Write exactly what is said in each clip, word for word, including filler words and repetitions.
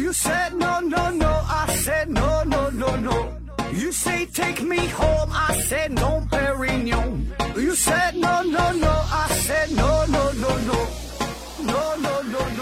You said no, no, no, I said no, no, no, no. You say take me home, I said no, Perignon. You said no, no, no, I said no, no, no, no. No, no, no, no.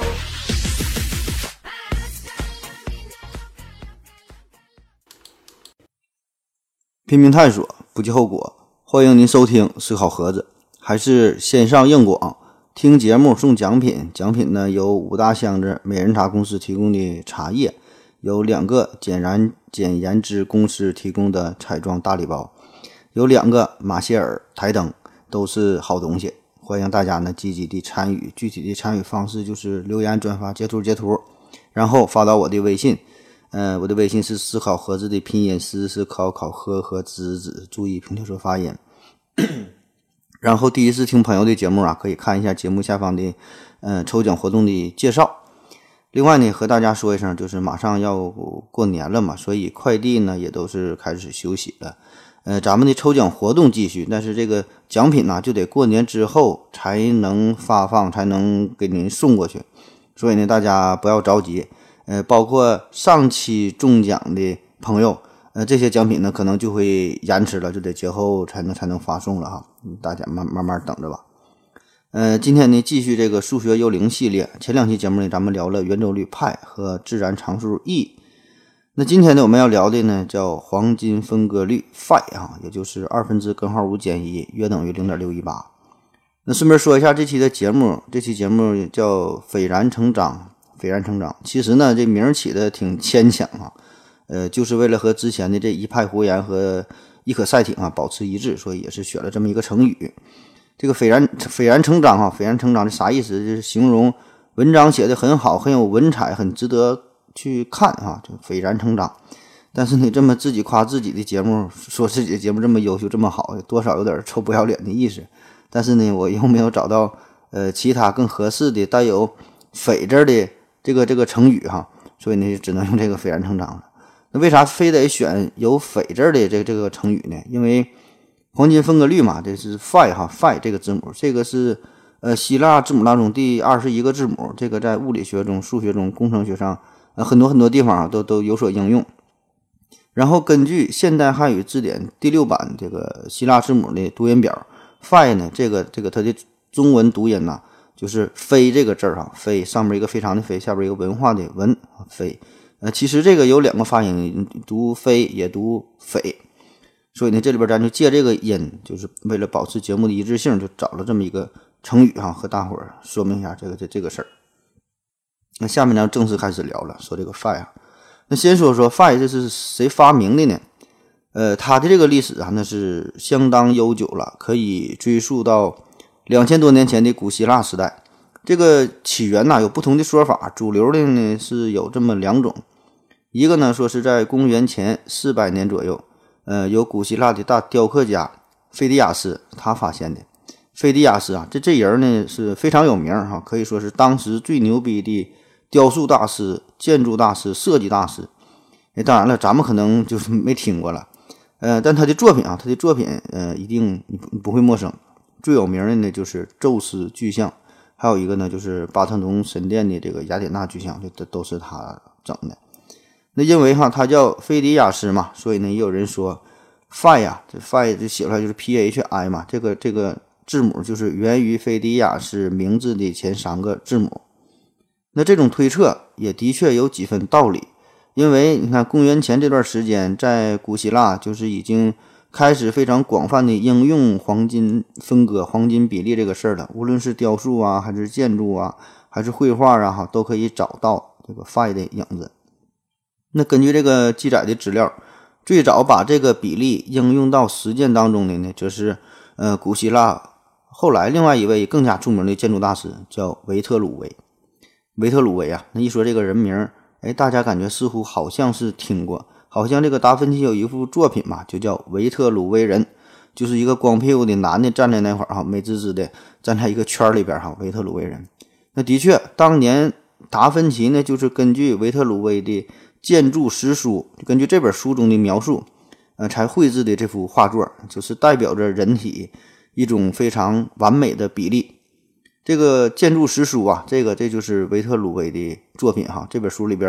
拼命探索，不计后果。欢迎您收听思考盒子，还是先上硬广，听节目送奖品。奖品呢有五大箱子美人茶公司提供的茶叶，有两个简然简言之公司提供的彩妆大礼包，有两个马歇尔台灯，都是好东西。欢迎大家呢积极的参与，具体的参与方式就是留言、转发、截图、截图，然后发到我的微信。呃，我的微信是思考盒子的拼音，思是考考呵和子子，注意平头说发音。然后第一次听朋友的节目啊，可以看一下节目下方的呃抽奖活动的介绍。另外呢，和大家说一声，就是马上要过年了嘛，所以快递呢也都是开始休息了。呃，咱们的抽奖活动继续，但是这个奖品呢就得过年之后才能发放，才能给您送过去。所以呢，大家不要着急。呃，包括上期中奖的朋友，呃，这些奖品呢可能就会延迟了，就得节后才能才能发送了哈，大家慢慢慢等着吧。呃，今天呢继续这个数学幽灵系列，前两期节目呢咱们聊了圆周率派和自然常数 e， 那今天呢我们要聊的呢叫黄金分割率 phi 啊，也就是二分之根号五减一约等于 零点六一八。那顺便说一下这期的节目，这期节目叫斐然成长。斐然成长，其实呢，这名起的挺牵强啊，呃，就是为了和之前的这一派胡言和亦可赛艇啊保持一致，所以也是选了这么一个成语。这个斐然斐然成长哈，斐然成长这啥意思？就是形容文章写的很好，很有文采，很值得去看啊，就斐然成长。但是你这么自己夸自己的节目，说自己的节目这么优秀这么好，多少有点臭不要脸的意思。但是呢，我又没有找到呃其他更合适的带有斐字的。这个这个成语哈，所以呢只能用这个斐然成长了。那为啥非得选有斐字的这个这个成语呢？因为黄金分割率嘛，这是 phi 哈 phi 这个字母，这个是呃希腊字母当中第二十一个字母，这个在物理学中、数学中、工程学上呃很多很多地方啊都都有所应用。然后根据现代汉语字典第六版这个希腊字母的读音表 phi 呢，这个这个它的中文读音呢。就是非这个字儿哈，非上面一个非常的非，下边一个文化的文，非。呃，其实这个有两个发音，读非也读匪，所以呢，这里边咱就借这个音，就是为了保持节目的一致性，就找了这么一个成语哈，和大伙儿说明一下这个这这个事儿。那下面呢，正式开始聊了，说这个 phi 啊，那先说说 phi 这是谁发明的呢？呃，它的这个历史啊，那是相当悠久了，可以追溯到两千多年前的古希腊时代。这个起源呢有不同的说法，主流的呢是有这么两种。一个呢说是在公元前四百年左右，呃，由古希腊的大雕刻家菲迪亚斯他发现的。菲迪亚斯啊，这这人呢是非常有名哈，可以说是当时最牛逼的雕塑大师、建筑大师、设计大师。哎，当然了，咱们可能就是没听过了，呃，但他的作品啊，他的作品呃一定你不, 你不会陌生。最有名的呢就是宙斯巨像，还有一个呢就是巴特农神殿的这个雅典娜巨像，这都是他整的。那因为哈他叫菲迪亚斯嘛，所以呢也有人说 phi 呀，这 phi 就写出来就是 P H I 嘛，这个这个字母就是源于菲迪亚斯名字的前三个字母。那这种推测也的确有几分道理，因为你看公元前这段时间，在古希腊就是已经开始非常广泛的应用黄金分割、黄金比例这个事儿了，无论是雕塑啊，还是建筑啊，还是绘画啊，哈，都可以找到这个 phi 的影子。那根据这个记载的资料，最早把这个比例应用到实践当中的呢，就是呃古希腊后来另外一位更加著名的建筑大师叫维特鲁威。维特鲁威啊，那一说这个人名，哎，大家感觉似乎好像是听过。好像这个达芬奇有一幅作品嘛，就叫维特鲁威人，就是一个光屁股的男的站在那块儿哈，美滋滋的站在一个圈里边哈，维特鲁威人。那的确，当年达芬奇呢，就是根据维特鲁威的建筑实书，根据这本书中的描述，呃，才绘制的这幅画作，就是代表着人体一种非常完美的比例。这个建筑实书啊，这个这就是维特鲁威的作品哈，这本书里边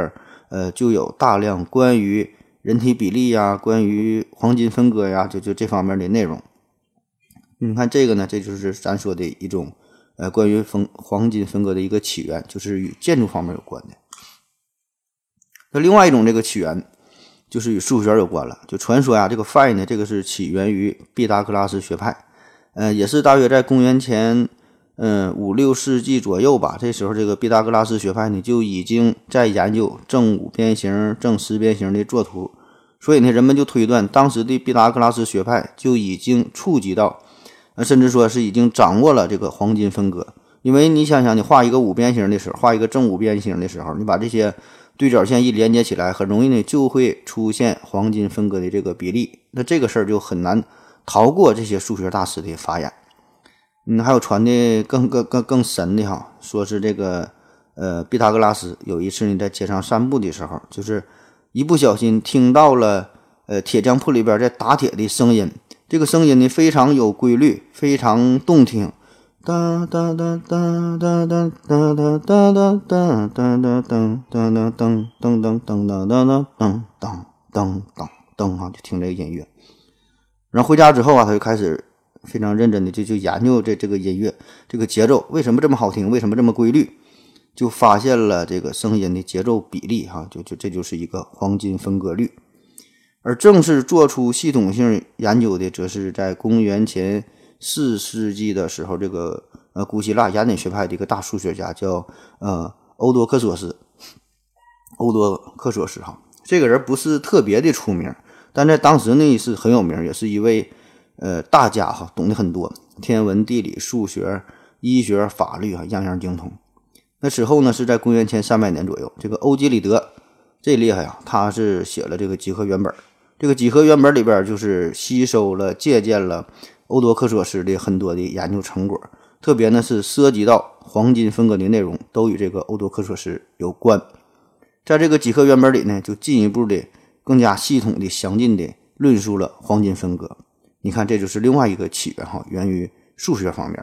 呃，就有大量关于人体比例呀、关于黄金分割呀，就就这方面的内容。你看这个呢，这就是咱说的一种呃关于分黄金分割的一个起源，就是与建筑方面有关的。那另外一种这个起源就是与数学有关了，就传说呀，这个 phi 呢，这个是起源于毕达哥拉斯学派，呃，也是大约在公元前嗯五六世纪左右吧。这时候这个毕达哥拉斯学派呢就已经在研究正五边形、正十边形的作图，所以呢，人们就推断当时的毕达哥拉斯学派就已经触及到，呃，甚至说是已经掌握了这个黄金分割。因为你想想，你画一个五边形的时候，画一个正五边形的时候，你把这些对角线一连接起来，很容易呢就会出现黄金分割的这个比例。那这个事儿就很难逃过这些数学大师的法眼。嗯，还有传的更更更更神的哈，说是这个呃毕达哥拉斯有一次呢在街上散步的时候，就是一不小心听到了呃铁匠铺里边在打铁的声音，这个声音呢非常有规律，非常动听。哒哒哒哒哒哒哒哒哒哒哒哒哒噔噔噔噔噔噔噔噔噔噔噔噔噔噔哈，就听这个音乐。然后回家之后啊，他就开始非常认真的就就研究这这个音乐，这个节奏为什么这么好听，为什么这么规律，就发现了这个声音的节奏比例哈，就就这就是一个黄金分割律。而正是做出系统性研究的，则是在公元前四世纪的时候，这个呃古希腊雅典学派的一个大数学家叫呃欧多克索斯，欧多克索斯哈，这个人不是特别的出名，但在当时呢是很有名，也是一位呃大家哈，懂得很多，天文、地理、数学、医学、法律啊，样样精通。那之后呢，是在公元前三百年左右，这个欧几里得这厉害啊，他是写了这个几何原本。这个几何原本里边就是吸收了、借鉴了欧多克索斯的很多的研究成果，特别呢是涉及到黄金分割的内容都与这个欧多克索斯有关。在这个几何原本里呢，就进一步的更加系统的详尽的论述了黄金分割。你看，这就是另外一个起源哈，源于数学方面。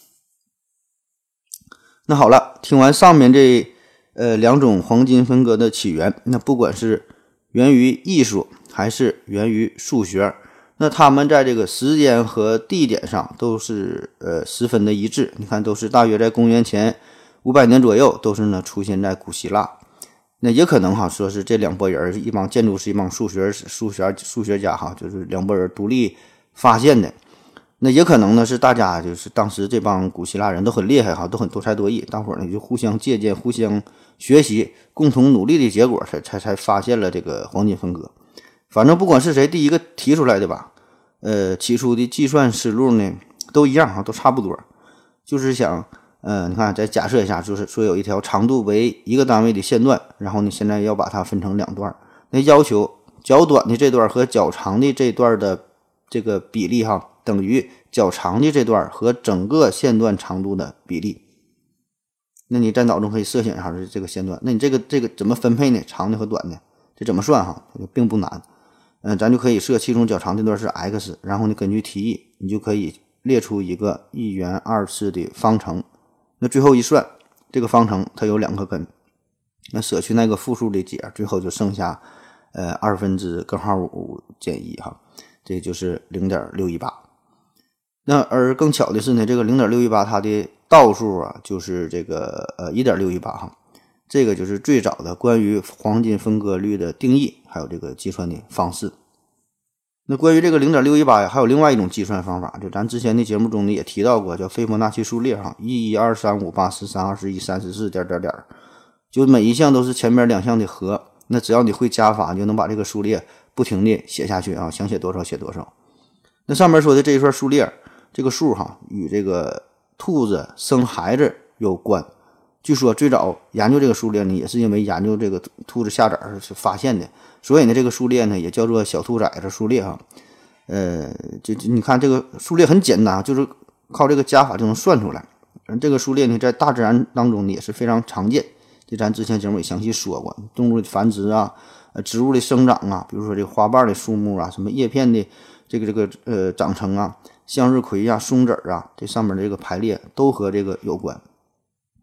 那好了，听完上面这呃两种黄金分割的起源，那不管是源于艺术还是源于数学，那他们在这个时间和地点上都是呃十分的一致。你看，都是大约在公元前五百年左右，都是呢出现在古希腊。那也可能哈，说是这两拨人，一帮建筑师，一帮数学数学数学家哈，就是两拨人独立发现的。那也可能呢是大家就是当时这帮古希腊人都很厉害哈，都很多才多艺，大伙儿呢就互相借鉴、互相学习，共同努力的结果才才才发现了这个黄金分割。反正不管是谁第一个提出来的吧，呃，起初的计算思路呢都一样啊，都差不多，就是想，呃，你看，再假设一下，就是说有一条长度为一个单位的线段，然后呢，现在要把它分成两段，那要求较短的这段和较长的这段的这个比例哈，等于较长的这段和整个线段长度的比例。那你在脑中可以设想一下这个线段，那你这个这个怎么分配呢？长的和短的，这怎么算哈？这个并不难。嗯，咱就可以设其中较长这段是 x， 然后你根据题意，你就可以列出一个一元二次的方程。那最后一算，这个方程它有两个根，那舍去那个负数的解，最后就剩下呃二分之根号五减一哈，这就是 零点六一八。那而更巧的是呢，这个 零点六一八 它的倒数啊，就是这个呃 一点六一八 哈。这个就是最早的关于黄金分割率的定义，还有这个计算的方式。那关于这个 零点六一八 呀，还有另外一种计算方法，就咱之前的节目中呢也提到过，叫斐波那契数列哈，一、一、二、三、五、八、十三、二十一、三十四点点点，就每一项都是前面两项的和。那只要你会加法，你就能把这个数列不停地写下去啊，想写多少写多少。那上面说的这一串数列，这个数哈与这个兔子生孩子有关。据说最早研究这个数列呢，也是因为研究这个兔子下崽是发现的，所以呢，这个数列呢也叫做小兔崽子数列啊。呃，就你看这个数列很简单，就是靠这个加法就能算出来。这个数列呢，在大自然当中呢也是非常常见，这咱之前节目也详细说过，动物的繁殖啊，呃，植物的生长啊，比如说这个花瓣的数目啊，什么叶片的这个这个呃长成啊，向日葵啊、松子啊，这上面的这个排列都和这个有关。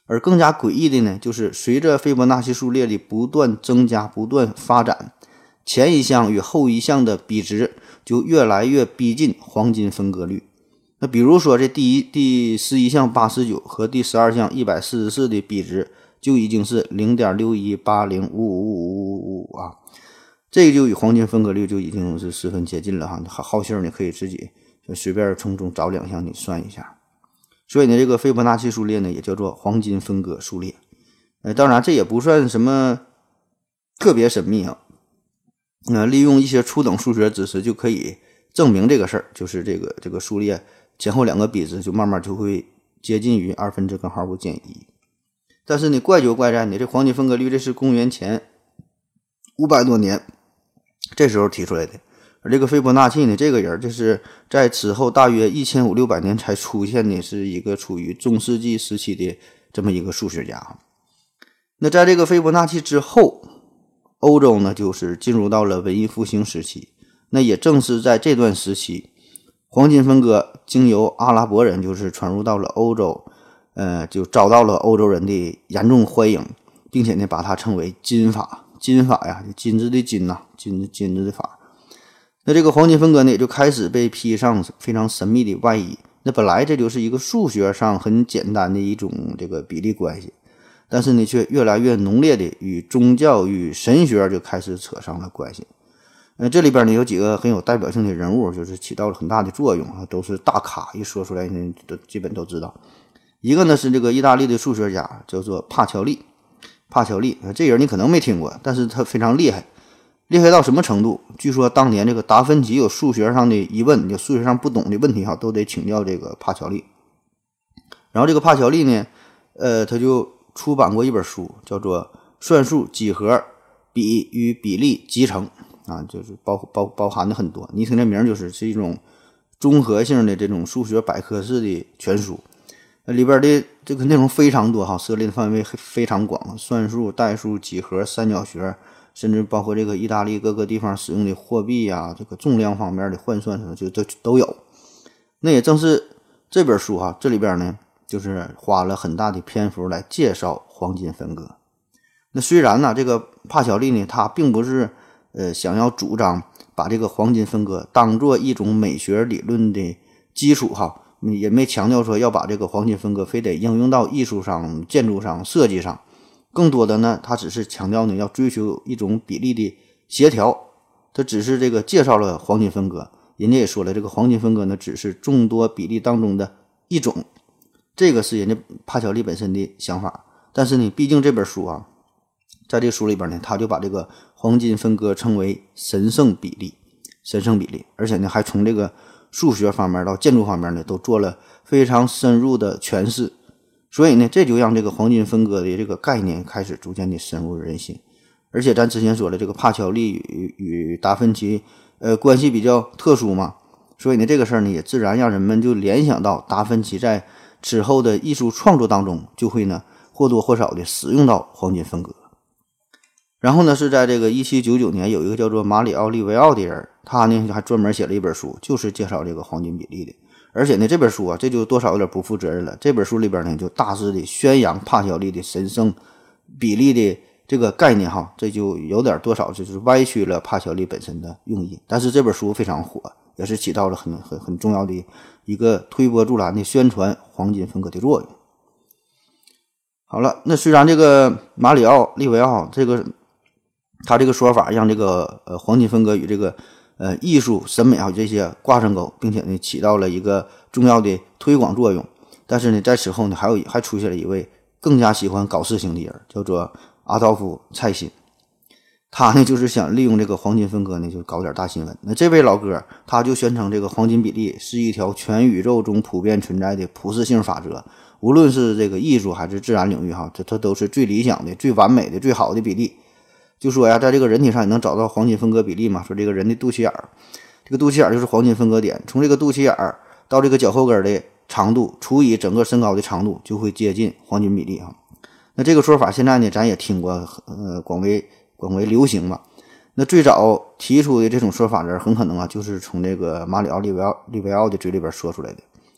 而更加诡异的呢，就是随着斐波那契数列的不断增加、不断发展，前一项与后一项的比值就越来越逼近黄金分割率。那比如说这第一第十一项八十九和第十二项一百四十四的比值就已经是 零点六一八零五五五五五啊，这个就与黄金分割率就已经是十分接近了哈。好信儿你可以自己就随便从中找两项你算一下。所以呢，这个斐波那契数列呢也叫做黄金分割数列。呃，当然这也不算什么特别神秘啊。那、呃、利用一些初等数学知识就可以证明这个事儿，就是这个这个数列前后两个比值就慢慢就会接近于二分之根号不减一。但是你怪就怪在你这黄金分割率这是公元前五百多年这时候提出来的。而这个斐波那契呢，这个人这是在此后大约一千五六百年才出现的，是一个处于中世纪时期的这么一个数学家。那在这个斐波那契之后，欧洲呢就是进入到了文艺复兴时期。那也正是在这段时期，黄金分割经由阿拉伯人就是传入到了欧洲，呃，就遭到了欧洲人的严重欢迎，并且呢把它称为金法。金法呀，金子的金呐、啊，金金子的法。那这个黄金分割呢，也就开始被披上非常神秘的外衣。那本来这就是一个数学上很简单的一种这个比例关系，但是呢，却越来越浓烈的与宗教与神学就开始扯上了关系。呃，这里边呢有几个很有代表性的人物，就是起到了很大的作用啊，都是大咖，一说出来呢，都基本都知道。一个呢是这个意大利的数学家，叫做帕乔利。帕乔利，这人你可能没听过，但是他非常厉害。厉害到什么程度？据说当年这个达芬奇有数学上的疑问，有数学上不懂的问题哈，都得请教这个帕乔利。然后这个帕乔利呢，呃，他就出版过一本书，叫做《算术几何比与比例集成》啊，就是包包包含的很多。你听这名就是是一种综合性的这种数学百科式的全书，里边的这个内容非常多哈，涉猎的范围非常广，算术、代数、几何、三角学。甚至包括这个意大利各个地方使用的货币呀、啊，这个重量方面的换算什么就都都有。那也正是这本书啊，这里边呢就是花了很大的篇幅来介绍黄金分割。那虽然呢，这个帕乔利呢，他并不是呃想要主张把这个黄金分割当做一种美学理论的基础哈，也没强调说要把这个黄金分割非得应用到艺术上、建筑上、设计上。更多的呢，他只是强调呢要追求一种比例的协调，他只是这个介绍了黄金分割，人家也说了，这个黄金分割呢只是众多比例当中的一种，这个是人家帕乔利本身的想法。但是呢，毕竟这本书啊，在这书里边呢，他就把这个黄金分割称为神圣比例，神圣比例，而且呢还从这个数学方面到建筑方面呢都做了非常深入的诠释。所以呢，这就让这个黄金分割的这个概念开始逐渐的深入人心。而且咱之前说了，这个帕乔利与与达芬奇呃关系比较特殊嘛，所以呢这个事儿呢也自然让人们就联想到达芬奇在之后的艺术创作当中就会呢或多或少的使用到黄金分割。然后呢是在这个一七九九年，有一个叫做马里奥利维奥的人，他呢还专门写了一本书，就是介绍这个黄金比例的。而且呢，这本书啊，这就多少有点不负责任了。这本书里边呢，就大致的宣扬帕乔利的神圣比例的这个概念哈，这就有点多少就是歪曲了帕乔利本身的用意。但是这本书非常火，也是起到了很很很重要的一个推波助澜的宣传黄金分割的作用。好了，那虽然这个马里奥利维奥这个他这个说法让这个呃黄金分割与这个呃，艺术审美还有这些挂上钩，并且呢起到了一个重要的推广作用。但是呢，在此后呢，还有还出现了一位更加喜欢搞事情的人，叫做阿道夫·蔡辛。他呢就是想利用这个黄金分割呢，就搞点大新闻。那这位老哥他就宣称这个黄金比例是一条全宇宙中普遍存在的普适性法则，无论是这个艺术还是自然领域哈，这它都是最理想的、最完美的、最好的比例。就说呀，在这个人体上也能找到黄金分割比例嘛，说这个人的肚脐眼儿，这个肚脐眼儿就是黄金分割点，从这个肚脐眼儿到这个脚后跟的长度除以整个身高的长度，就会接近黄金比例啊。那这个说法现在呢，咱也听过，呃，广为广为流行嘛。那最早提出的这种说法人，很可能啊，就是从这个马里奥利维奥利维奥的嘴里边说出来的。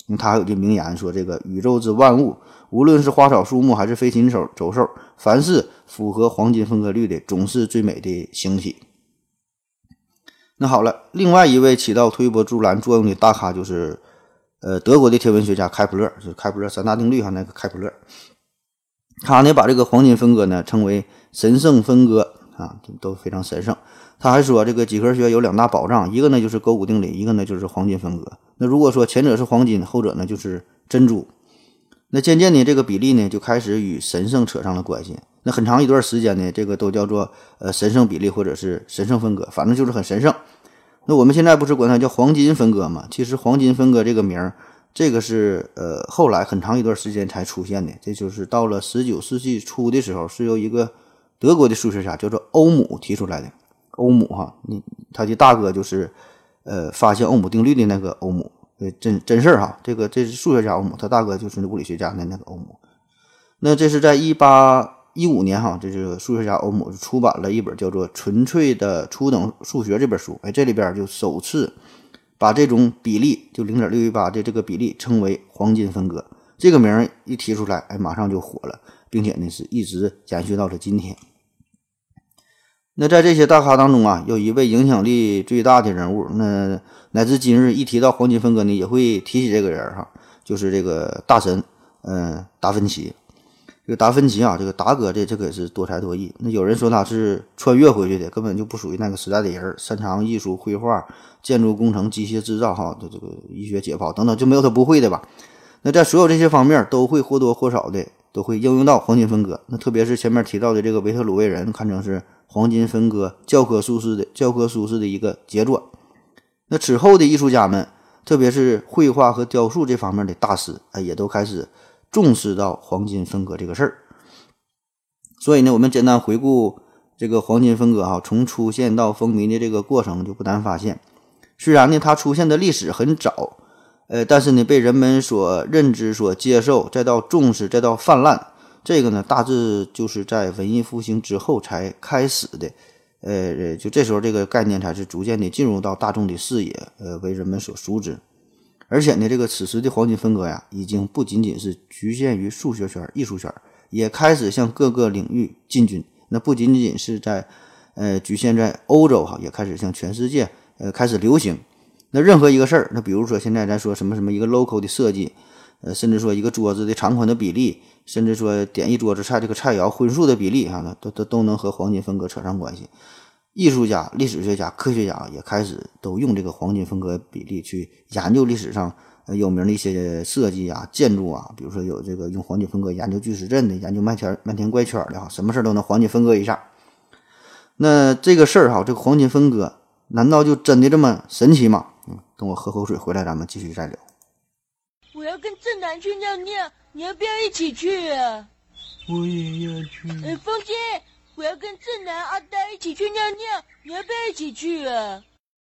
他还有句名言说，这个宇宙之万物，无论是花草树木还是飞禽走走兽，凡是符合黄金分割率的，总是最美的形体。那好了，另外一位起到推波助澜作用的大咖就是呃德国的天文学家开普勒，就是开普勒三大定律哈，那个开普勒，他呢把这个黄金分割呢称为神圣分割啊，都非常神圣。他还说这个几何学有两大保障，一个呢就是勾股定理，一个呢就是黄金分割。那如果说前者是黄金，后者呢就是珍珠。那渐渐的这个比例呢就开始与神圣扯上了关系。那很长一段时间呢，这个都叫做呃神圣比例或者是神圣分割，反正就是很神圣。那我们现在不是管它叫黄金分割吗？其实黄金分割这个名儿，这个是呃后来很长一段时间才出现的，这就是到了十九世纪初的时候，是由一个德国的数学家叫做欧姆提出来的。欧姆哈，你他的大哥就是呃发现欧姆定律的那个欧姆，呃真真事儿哈，这个这是数学家欧姆，他大哥就是物理学家的那个欧姆。那这是在一八一五年哈，这是数学家欧姆出版了一本叫做《纯粹的初等数学》这本书，哎，这里边就首次把这种比例就 零点六一八 的这个比例称为黄金分割，这个名一提出来，哎，马上就火了，并且呢是一直延续到了今天。那在这些大咖当中啊，有一位影响力最大的人物，那乃至今日一提到黄金分割呢，也会提起这个人哈，就是这个大神，呃，达芬奇。这个达芬奇啊，这个达哥这这个也是多才多艺。那有人说他是穿越回去的，根本就不属于那个时代的人，擅长艺术、绘画、建筑工程、机械制造哈，这这个医学解剖等等，就没有他不会的吧？那在所有这些方面都会或多或少的都会应用到黄金分割。那特别是前面提到的这个维特鲁威人，看成是黄金分割教科书式的教科书式的一个杰作。那此后的艺术家们，特别是绘画和雕塑这方面的大师，哎，也都开始重视到黄金分割这个事儿。所以呢，我们简单回顾这个黄金分割哈，从出现到风靡的这个过程，就不难发现，虽然呢它出现的历史很早，呃，但是呢被人们所认知、所接受，再到重视，再到泛滥，这个呢大致就是在文艺复兴之后才开始的。呃，就这时候这个概念才是逐渐的进入到大众的视野，呃，为人们所熟知。而且呢，这个此时的黄金分割呀，已经不仅仅是局限于数学圈、艺术圈，也开始向各个领域进军。那不仅仅是在呃局限在欧洲哈，也开始向全世界呃开始流行。那任何一个事儿，那比如说现在咱说什么什么一个 logo 的设计，呃，甚至说一个桌子的长宽的比例，甚至说点一桌子菜这个菜肴荤素的比例哈，那都都都能和黄金分割扯上关系。艺术家、历史学家、科学家也开始都用这个黄金分割比例去研究历史上呃有名的一些设计啊、建筑啊，比如说有这个用黄金分割研究巨石阵的、研究麦田麦田怪圈的哈，什么事都能黄金分割一下。那这个事儿哈，这个黄金分割难道就真的这么神奇吗？嗯，等我喝口水回来，咱们继续再聊。 我要跟正南去尿尿，你要不要一起去啊？ 我也要去。 呃，风姐，我要跟正南、阿呆一起去尿尿，你要不要一起去啊？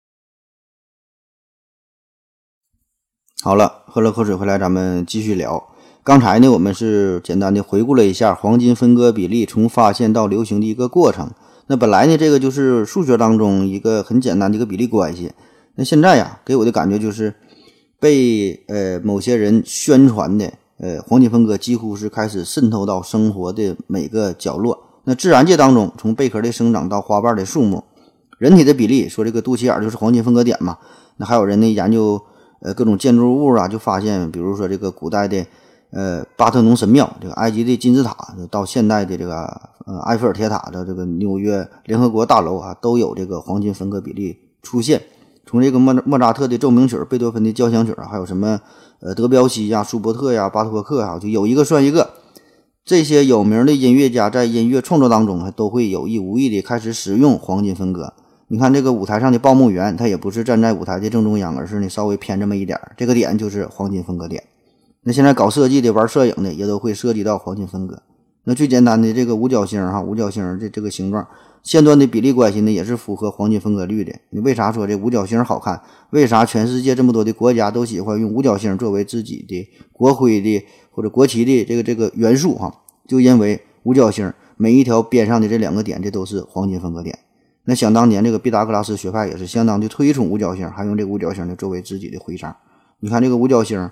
好了，喝了口水回来，咱们继续聊。刚才呢，我们是简单的回顾了一下黄金分割比例从发现到流行的一个过程。那本来呢，这个就是数学当中一个很简单的一个比例关系。那现在呀，给我的感觉就是被呃某些人宣传的呃黄金分割几乎是开始渗透到生活的每个角落。那自然界当中，从贝壳的生长到花瓣的数目，人体的比例，说这个肚脐眼就是黄金分割点嘛。那还有人呢研究呃各种建筑物啊，就发现，比如说这个古代的呃巴特农神庙，这个埃及的金字塔，到现代的这个呃埃菲尔铁塔的这个纽约联合国大楼啊，都有这个黄金分割比例出现。从这个莫莫扎特的奏鸣曲、贝多芬的交响曲，还有什么呃德彪西呀、舒伯特呀、巴托克啊，就有一个算一个。这些有名的音乐家在音乐创作当中都会有意无意的开始使用黄金分割。你看这个舞台上的报幕员，他也不是站在舞台的正中央，而是呢稍微偏这么一点，这个点就是黄金分割点。那现在搞设计的、玩摄影的也都会涉及到黄金分割。那最简单的这个五角星哈，五角星这这个形状线段的比例关系呢，也是符合黄金分割率的。你为啥说这五角星好看？为啥全世界这么多的国家都喜欢用五角星作为自己的国徽的或者国旗的这个这个元素哈？就因为五角星每一条边上的这两个点，这都是黄金分割点。那想当年这个毕达哥拉斯学派也是相当的推崇五角星，还用这个五角星呢作为自己的徽章。你看这个五角星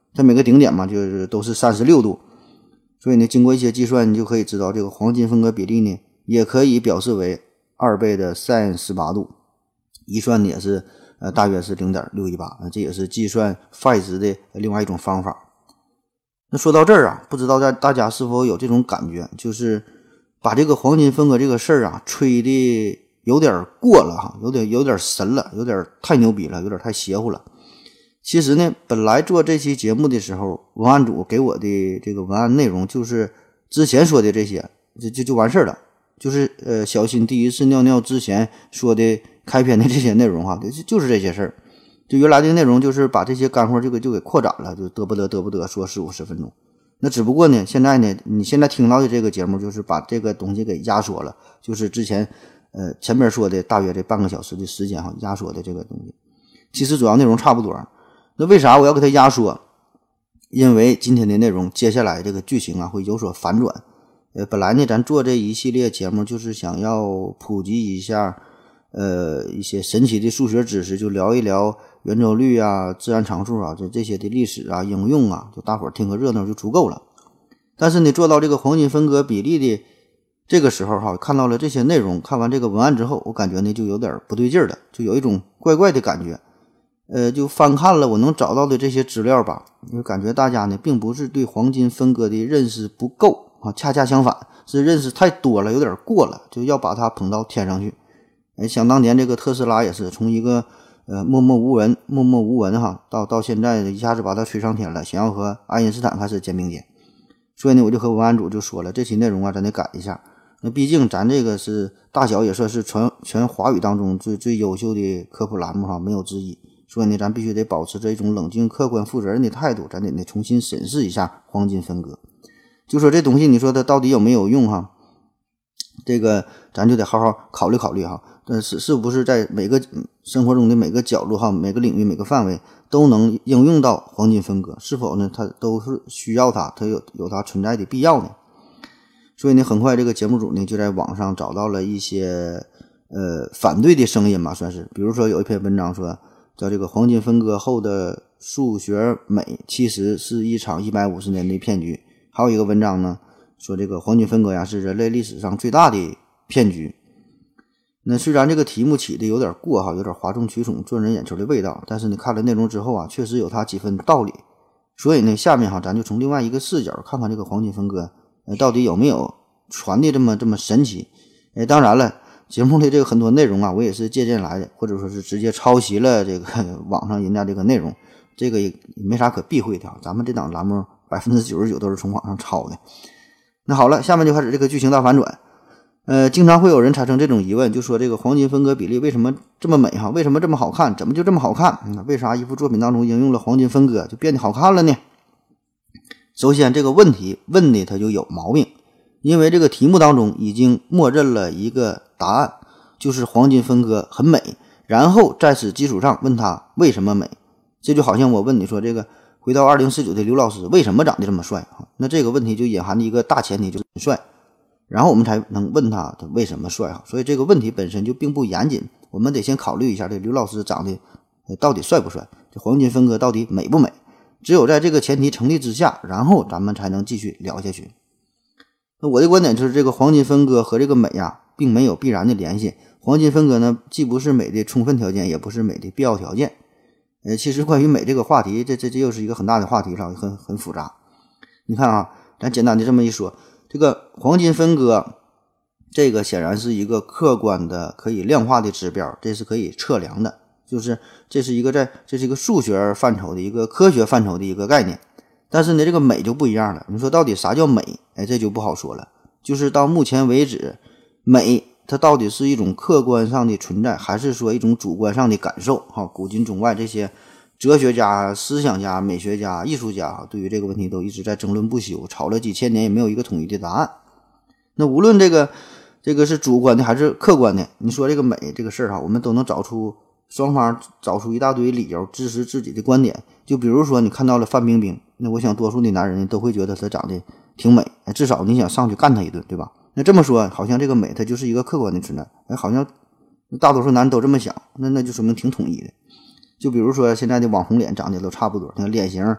它每个顶点嘛，就是都是三十六度。所以呢，经过一些计算，你就可以知道这个黄金分割比例呢，也可以表示为二倍的 sin 十八度。一算呢也是呃大约是 零点六一八，这也是计算 phi 值的另外一种方法。那说到这儿啊，不知道大家是否有这种感觉，就是把这个黄金分割这个事儿啊吹的有点过了哈，有点有点神了，有点太牛逼了，有点太邪乎了。其实呢，本来做这期节目的时候，文案组给我的这个文案内容就是之前说的这些，就就就完事儿了。就是呃，小新第一次尿尿之前说的开篇的这些内容哈，就就是这些事儿。就原来的内容就是把这些干货就给就给扩展了，就得不得得不得说十五十分钟。那只不过呢，现在呢，你现在听到的这个节目就是把这个东西给压缩了，就是之前呃前面说的大约这半个小时的时间哈，压缩的这个东西。其实主要内容差不多。那为啥我要给它压缩？因为今天的内容接下来这个剧情啊会有所反转。呃，本来呢咱做这一系列节目就是想要普及一下呃一些神奇的数学知识，就聊一聊圆周率啊、自然常数啊，这这些的历史啊、应用啊，就大伙儿听个热闹就足够了。但是呢，做到这个黄金分割比例的这个时候哈，看到了这些内容，看完这个文案之后，我感觉呢就有点不对劲了，就有一种怪怪的感觉。呃，就翻看了我能找到的这些资料吧，就感觉大家呢并不是对黄金分割的认识不够啊，恰恰相反，是认识太多了，有点过了，就要把它捧到天上去。哎，想当年这个特斯拉也是从一个呃默默无闻、默默无闻哈，到到现在一下子把它吹上天了，想要和爱因斯坦开始肩并肩。所以呢，我就和文案组就说了，这期内容啊，咱得改一下。那毕竟咱这个是大小也算是全全华语当中最最优秀的科普栏目哈，没有之一。所以呢，咱必须得保持这种冷静、客观、负责任的态度，咱得得重新审视一下黄金分割。就说这东西，你说它到底有没有用哈？这个咱就得好好考虑考虑哈。但是是不是在每个生活中的每个角落哈、每个领域、每个范围都能应用到黄金分割？是否呢？它都是需要它，它有有它存在的必要呢？所以呢，很快这个节目组呢就在网上找到了一些呃反对的声音吧，算是。比如说有一篇文章说，叫这个黄金分割后的数学美其实是一场一百五十年的骗局。还有一个文章呢说，这个黄金分割呀是人类历史上最大的骗局。那虽然这个题目起的有点过哈，有点哗众取宠、赚人眼球的味道，但是你看了内容之后啊，确实有它几分道理。所以呢，下面哈咱就从另外一个视角看看这个黄金分割呃到底有没有传的这么这么神奇。哎，当然了，节目的这个很多内容啊，我也是借鉴来的，或者说是直接抄袭了这个网上人家这个内容，这个也没啥可避讳的。咱们这档栏目百分之九十九都是从网上抄的。那好了，下面就开始这个剧情大反转。呃，经常会有人产生这种疑问，就说这个黄金分割比例为什么这么美哈？为什么这么好看？怎么就这么好看？嗯、为啥一幅作品当中应用了黄金分割就变得好看了呢？首先，这个问题问的它就有毛病，因为这个题目当中已经默认了一个答案，就是黄金分割很美，然后在此基础上问他为什么美。这就好像我问你说，这个回到二零四九的刘老师为什么长得这么帅？那这个问题就隐含的一个大前提就是帅，然后我们才能问他他为什么帅哈。所以这个问题本身就并不严谨，我们得先考虑一下这刘老师长得到底帅不帅，这黄金分割到底美不美。只有在这个前提成立之下，然后咱们才能继续聊下去。那我的观点就是，这个黄金分割和这个美啊并没有必然的联系。黄金分割呢，既不是美的充分条件，也不是美的必要条件。呃，其实关于美这个话题，这这这又是一个很大的话题了，很很复杂。你看啊，咱简单的这么一说，这个黄金分割，这个显然是一个客观的、可以量化的指标，这是可以测量的，就是这是一个在这是一个数学范畴的一个科学范畴的一个概念。但是呢，这个美就不一样了。你说到底啥叫美？哎，这就不好说了。就是到目前为止，美它到底是一种客观上的存在，还是说一种主观上的感受？哈，古今中外这些哲学家、思想家、美学家、艺术家对于这个问题都一直在争论不休，吵了几千年也没有一个统一的答案。那无论这个这个是主观的还是客观的，你说这个美这个事儿哈，我们都能找出双方找出一大堆理由支持自己的观点。就比如说你看到了范冰冰，那我想多数的男人都会觉得她长得挺美，至少你想上去干她一顿，对吧？那这么说，好像这个美它就是一个客观的存在，哎，好像大多数男人都这么想，那那就说明挺统一的。就比如说现在的网红脸长得都差不多，那脸型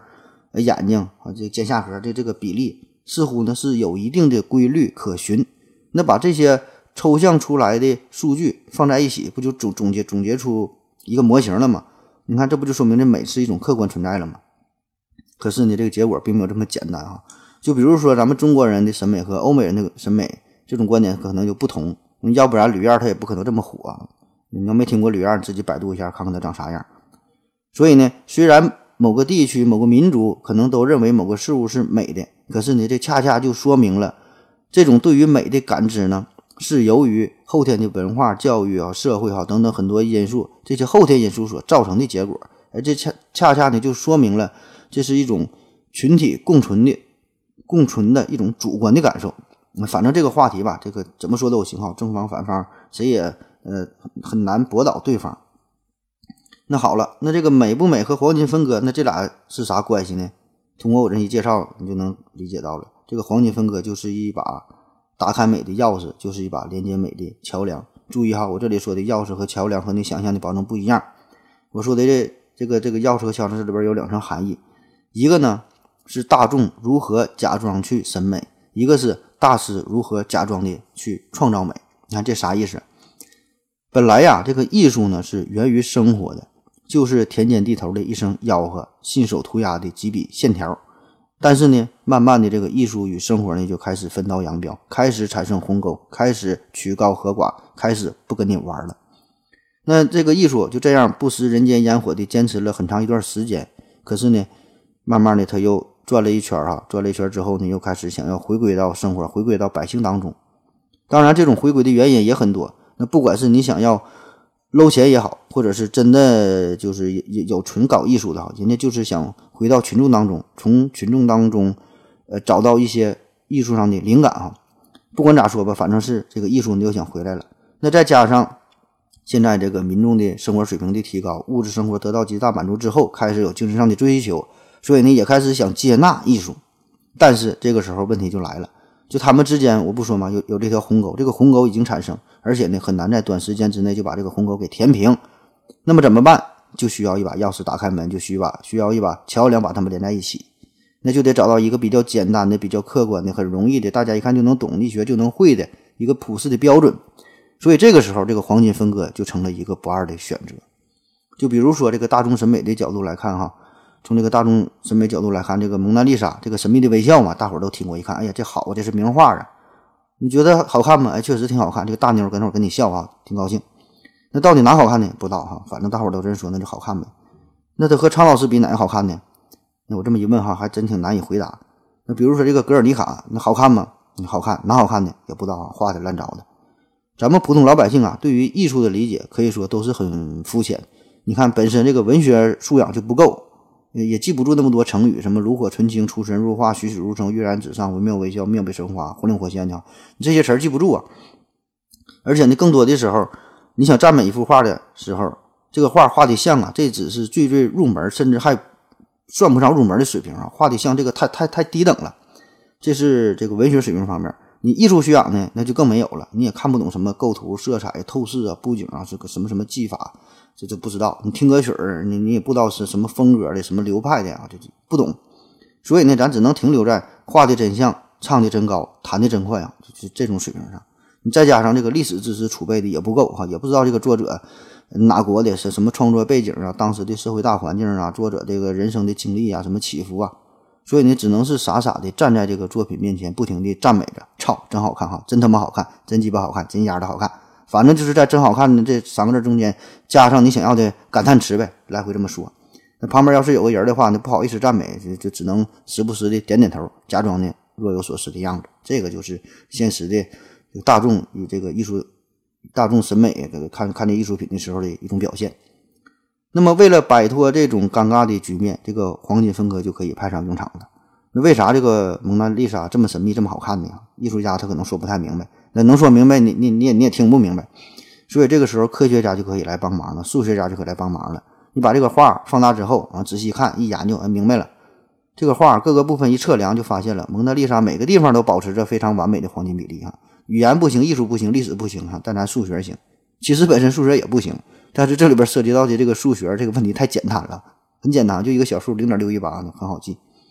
呃眼睛啊，这尖下颌的这个比例似乎呢是有一定的规律可循。那把这些抽象出来的数据放在一起，不就总总结总结出一个模型了吗？你看，这不就说明这美是一种客观存在了吗？可是呢，这个结果并没有这么简单啊。就比如说咱们中国人的审美和欧美人的审美这种观点可能就不同，要不然吕燕他也不可能这么火啊。你要没听过吕燕，自己百度一下看看他长啥样。所以呢，虽然某个地区某个民族可能都认为某个事物是美的，可是呢，这恰恰就说明了这种对于美的感知呢，是由于后天的文化教育啊、社会啊等等很多因素，这些后天因素所造成的结果。而这恰恰恰呢就说明了这是一种群体共存的共存的一种主观的感受。反正这个话题吧，这个怎么说都行哈，正方反方谁也呃很难驳倒对方。那好了，那这个美不美和黄金分割，那这俩是啥关系呢？通过我这一介绍你就能理解到了。这个黄金分割就是一把打开美的钥匙，就是一把连接美的桥梁。注意哈，我这里说的钥匙和桥梁和你想象的保证不一样。我说的这这个这个钥匙和桥梁这里边有两层含义，一个呢是大众如何假装去审美，一个是大师如何假装的去创造美。你看这啥意思？本来呀，这个艺术呢是源于生活的，就是田间地头的一声吆喝，信手涂鸦的几笔线条。但是呢，慢慢的这个艺术与生活呢就开始分道扬镳，开始产生鸿沟，开始曲高和寡，开始不跟你玩了。那这个艺术就这样不食人间烟火的坚持了很长一段时间，可是呢，慢慢的他又转了一圈啊，转了一圈之后呢，又开始想要回归到生活，回归到百姓当中。当然，这种回归的原因也很多。那不管是你想要搂钱也好，或者是真的就是有纯搞艺术的哈，人家就是想回到群众当中，从群众当中呃找到一些艺术上的灵感哈。不管咋说吧，反正是这个艺术你又想回来了。那再加上现在这个民众的生活水平的提高，物质生活得到极大满足之后，开始有精神上的追求，所以呢也开始想接纳艺术。但是这个时候问题就来了，就他们之间我不说嘛，有有这条鸿沟，这个鸿沟已经产生，而且呢很难在短时间之内就把这个鸿沟给填平。那么怎么办？就需要一把钥匙打开门，就需要需要一把桥梁把它们连在一起。那就得找到一个比较简单的、比较客观的、很容易的，大家一看就能懂、一学就能会的一个普世的标准。所以这个时候，这个黄金分割就成了一个不二的选择。就比如说这个大众审美的角度来看哈，从这个大众审美角度来看，这个蒙娜丽莎这个神秘的微笑嘛，大伙儿都听过，一看，哎呀，这好啊，这是名画啊。你觉得好看吗？哎，确实挺好看。这个大妞跟那会儿跟你笑啊，挺高兴。那到底哪好看呢？不知道哈，反正大伙儿都这么说，那就好看呗。那他和常老师比哪个好看呢？那我这么一问哈，还真挺难以回答。那比如说这个格尔尼卡，那好看吗？你好看，哪好看呢？也不知道啊，画的烂糟的。咱们普通老百姓啊，对于艺术的理解可以说都是很肤浅。你看本身这个文学素养就不够，也记不住那么多成语，什么炉火纯青、出神入化、栩栩如生、跃然纸上、惟妙惟肖、妙笔生花、活灵活现的，你这些词儿记不住啊。而且呢，更多的时候，你想赞美一幅画的时候，这个画画的像啊，这只是最最入门，甚至还算不上入门的水平啊，画的像这个太太太低等了。这是这个文学水平方面。你艺术修养呢，那就更没有了，你也看不懂什么构图、色彩、透视啊、布景啊，这个什么什么技法，这就不知道。你听歌曲儿，你你也不知道是什么风格的、什么流派的啊，这不懂。所以呢，咱只能停留在画的真像、唱的真高、弹的真快啊，就这种水平上。你再加上这个历史知识储备的也不够哈，也不知道这个作者哪国的是什么创作背景啊，当时的社会大环境啊，作者这个人生的经历啊，什么起伏啊。所以呢，只能是傻傻的站在这个作品面前，不停的赞美着，操，真好看哈，真他妈好看，真鸡巴好看，真丫的好看，反正就是在真好看的这三个字中间加上你想要的感叹词呗，来回这么说。那旁边要是有个人的话呢，不好意思赞美，就就只能时不时的点点头，假装的若有所思的样子。这个就是现实的大众与这个艺术、大众审美看看这艺术品的时候的一种表现。那么为了摆脱这种尴尬的局面，这个黄金分割就可以派上用场了。那为啥这个蒙娜丽莎这么神秘这么好看呢？艺术家他可能说不太明白，那能说明白你你你也你也听不明白。所以这个时候科学家就可以来帮忙了，数学家就可以来帮忙了。你把这个画放大之后啊，仔细看一研究，哎，明白了。这个画各个部分一测量就发现了，蒙娜丽莎每个地方都保持着非常完美的黄金比例哈。语言不行，艺术不行，历史不行哈，但咱数学行。其实本身数学也不行，但是这里边涉及到的这个数学这个问题太简单了，很简单，就一个小数 零点六一八 呢，很好记。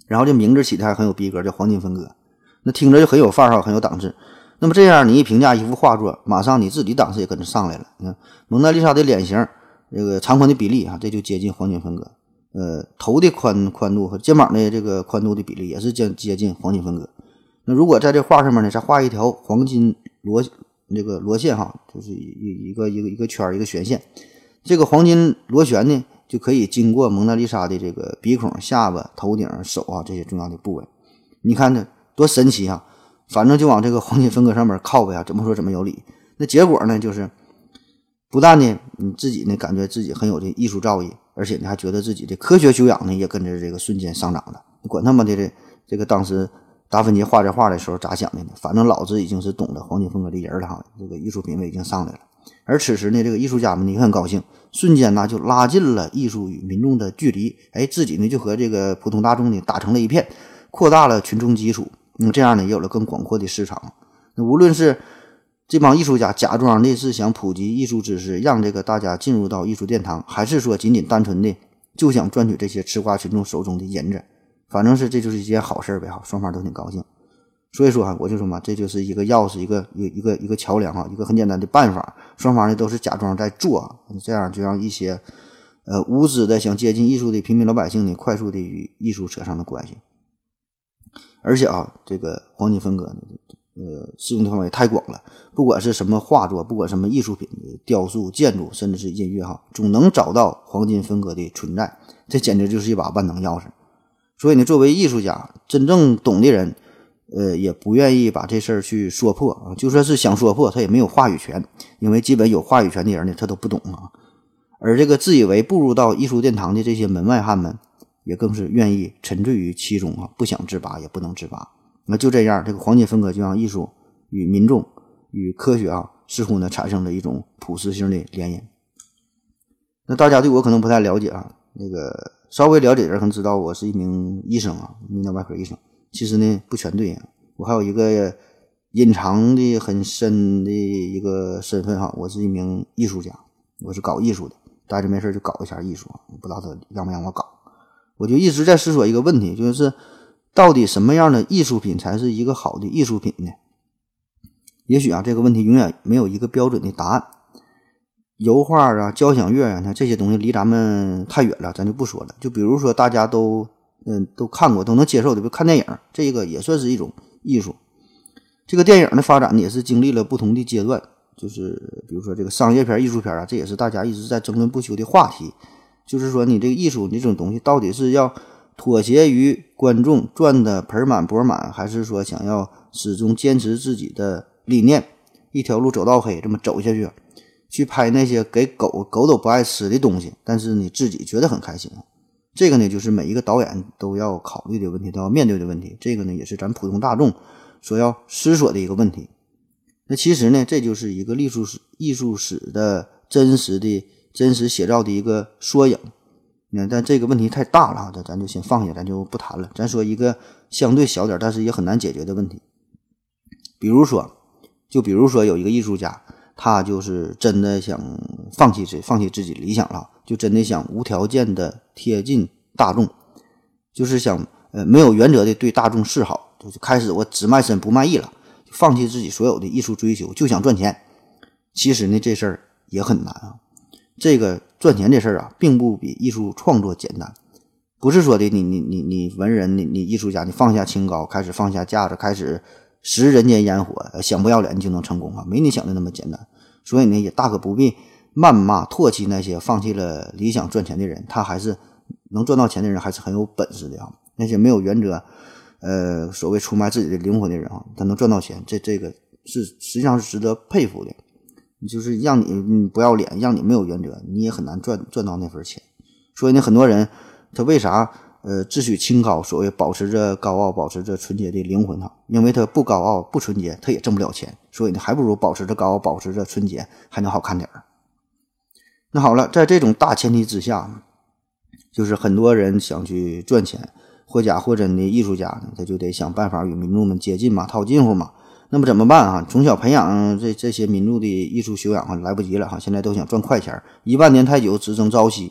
然后这名字起的还很有逼格，叫黄金分割，那听着就很有范儿，很有档次。那么这样你一评价一幅画作，马上你自己档次也跟着上来了。你看蒙娜丽莎的脸型，这个长宽的比例啊，这就接近黄金分割。呃，头的宽宽度和肩膀的这个宽度的比例也是接接近黄金分割。那如果在这画上面呢，再画一条黄金螺这个螺线哈，就是一一个一个一个圈一个旋线，这个黄金螺旋呢，就可以经过蒙娜丽莎的这个鼻孔、下巴、头顶、手啊这些重要的部位。你看这多神奇啊！反正就往这个黄金分割上面靠呗啊，怎么说怎么有理。那结果呢，就是不但呢你自己呢感觉自己很有这艺术造诣，而且你还觉得自己的科学修养呢也跟着这个瞬间上涨了。你管他妈的这这个当时达芬奇画这画的时候咋想的呢？反正老子已经是懂得黄金分割的人了哈，这个艺术品味已经上来了。而此时呢，这个艺术家们呢也很高兴，瞬间呢就拉近了艺术与民众的距离，哎，自己呢就和这个普通大众呢打成了一片，扩大了群众基础。那、嗯、这样呢也有了更广阔的市场。那无论是这帮艺术家假装的是想普及艺术知识，让这个大家进入到艺术殿堂，还是说仅仅单纯的就想赚取这些吃瓜群众手中的银子，反正是这就是一件好事呗哈，双方都挺高兴。所以说啊，我就说嘛，这就是一个钥匙，一个一个一个一个桥梁啊，一个很简单的办法。双方呢都是假装在做，这样就让一些呃无知的想接近艺术的平民老百姓呢，快速的与艺术扯上了关系。而且啊，这个黄金分割呢，呃，适用的范围太广了，不管是什么画作，不管什么艺术品、雕塑、建筑，甚至是音乐哈，总能找到黄金分割的存在，这简直就是一把万能钥匙。所以呢，作为艺术家，真正懂的人，呃，也不愿意把这事儿去说破啊，就算是想说破，他也没有话语权，因为基本有话语权的人呢，他都不懂啊。而这个自以为步入到艺术殿堂的这些门外汉们，也更是愿意沉醉于其中啊，不想自拔，也不能自拔。那就这样，这个黄金分割就让艺术与民众与科学啊，似乎呢产生了一种普适性的联姻。那大家对我可能不太了解啊，那个稍微了解的人可能知道我是一名医生啊，泌尿外科医生。其实呢不全对啊，我还有一个隐藏的很深的一个身份哈，我是一名艺术家，我是搞艺术的，大家没事就搞一下艺术，不知道他让不让我搞。我就一直在思索一个问题，就是到底什么样的艺术品才是一个好的艺术品呢？也许啊这个问题永远没有一个标准的答案。油画啊、交响乐啊，这些东西离咱们太远了，咱就不说了。就比如说大家都嗯都看过、都能接受的，比如看电影，这个也算是一种艺术。这个电影的发展也是经历了不同的阶段，就是比如说这个商业片、艺术片啊，这也是大家一直在争论不休的话题。就是说你这个艺术，你这种东西到底是要妥协于观众赚得盆满钵满，还是说想要始终坚持自己的理念，一条路走到黑，这么走下去，去拍那些给狗狗都不爱吃的东西，但是你自己觉得很开心。这个呢就是每一个导演都要考虑的问题，都要面对的问题。这个呢也是咱普通大众所要思索的一个问题。那其实呢这就是一个艺术史艺术史的真实的真实写照的一个缩影。但这个问题太大了，咱就先放下，咱就不谈了。咱说一个相对小点但是也很难解决的问题。比如说就比如说有一个艺术家，他就是真的想放弃放弃自己理想了，就真的想无条件的贴近大众，就是想呃没有原则的对大众示好，就是开始我只卖身不卖艺了，放弃自己所有的艺术追求，就想赚钱。其实呢这事儿也很难啊。这个赚钱这事儿啊，并不比艺术创作简单。不是说的你你你你文人，你你艺术家，你放下清高，开始放下架子，开始食人间烟火，想不要脸就能成功啊？没你想的那么简单。所以呢，也大可不必谩骂唾弃那些放弃了理想赚钱的人，他还是能赚到钱的人，还是很有本事的啊。那些没有原则，呃，所谓出卖自己的灵魂的人啊，他能赚到钱，这这个是实际上是值得佩服的。就是让你你不要脸，让你没有原则，你也很难赚赚到那份钱。所以呢，很多人他为啥呃自诩清高，所谓保持着高傲，保持着纯洁的灵魂哈？因为他不高傲不纯洁，他也挣不了钱。所以呢，还不如保持着高傲，保持着纯洁，还能好看点儿。那好了，在这种大前提之下，就是很多人想去赚钱，或假或真的艺术家呢，他就得想办法与民众们接近嘛，套近乎嘛。那么怎么办啊？从小培养这这些民众的艺术修养哈，来不及了哈，现在都想赚快钱，一万年太久，只争朝夕。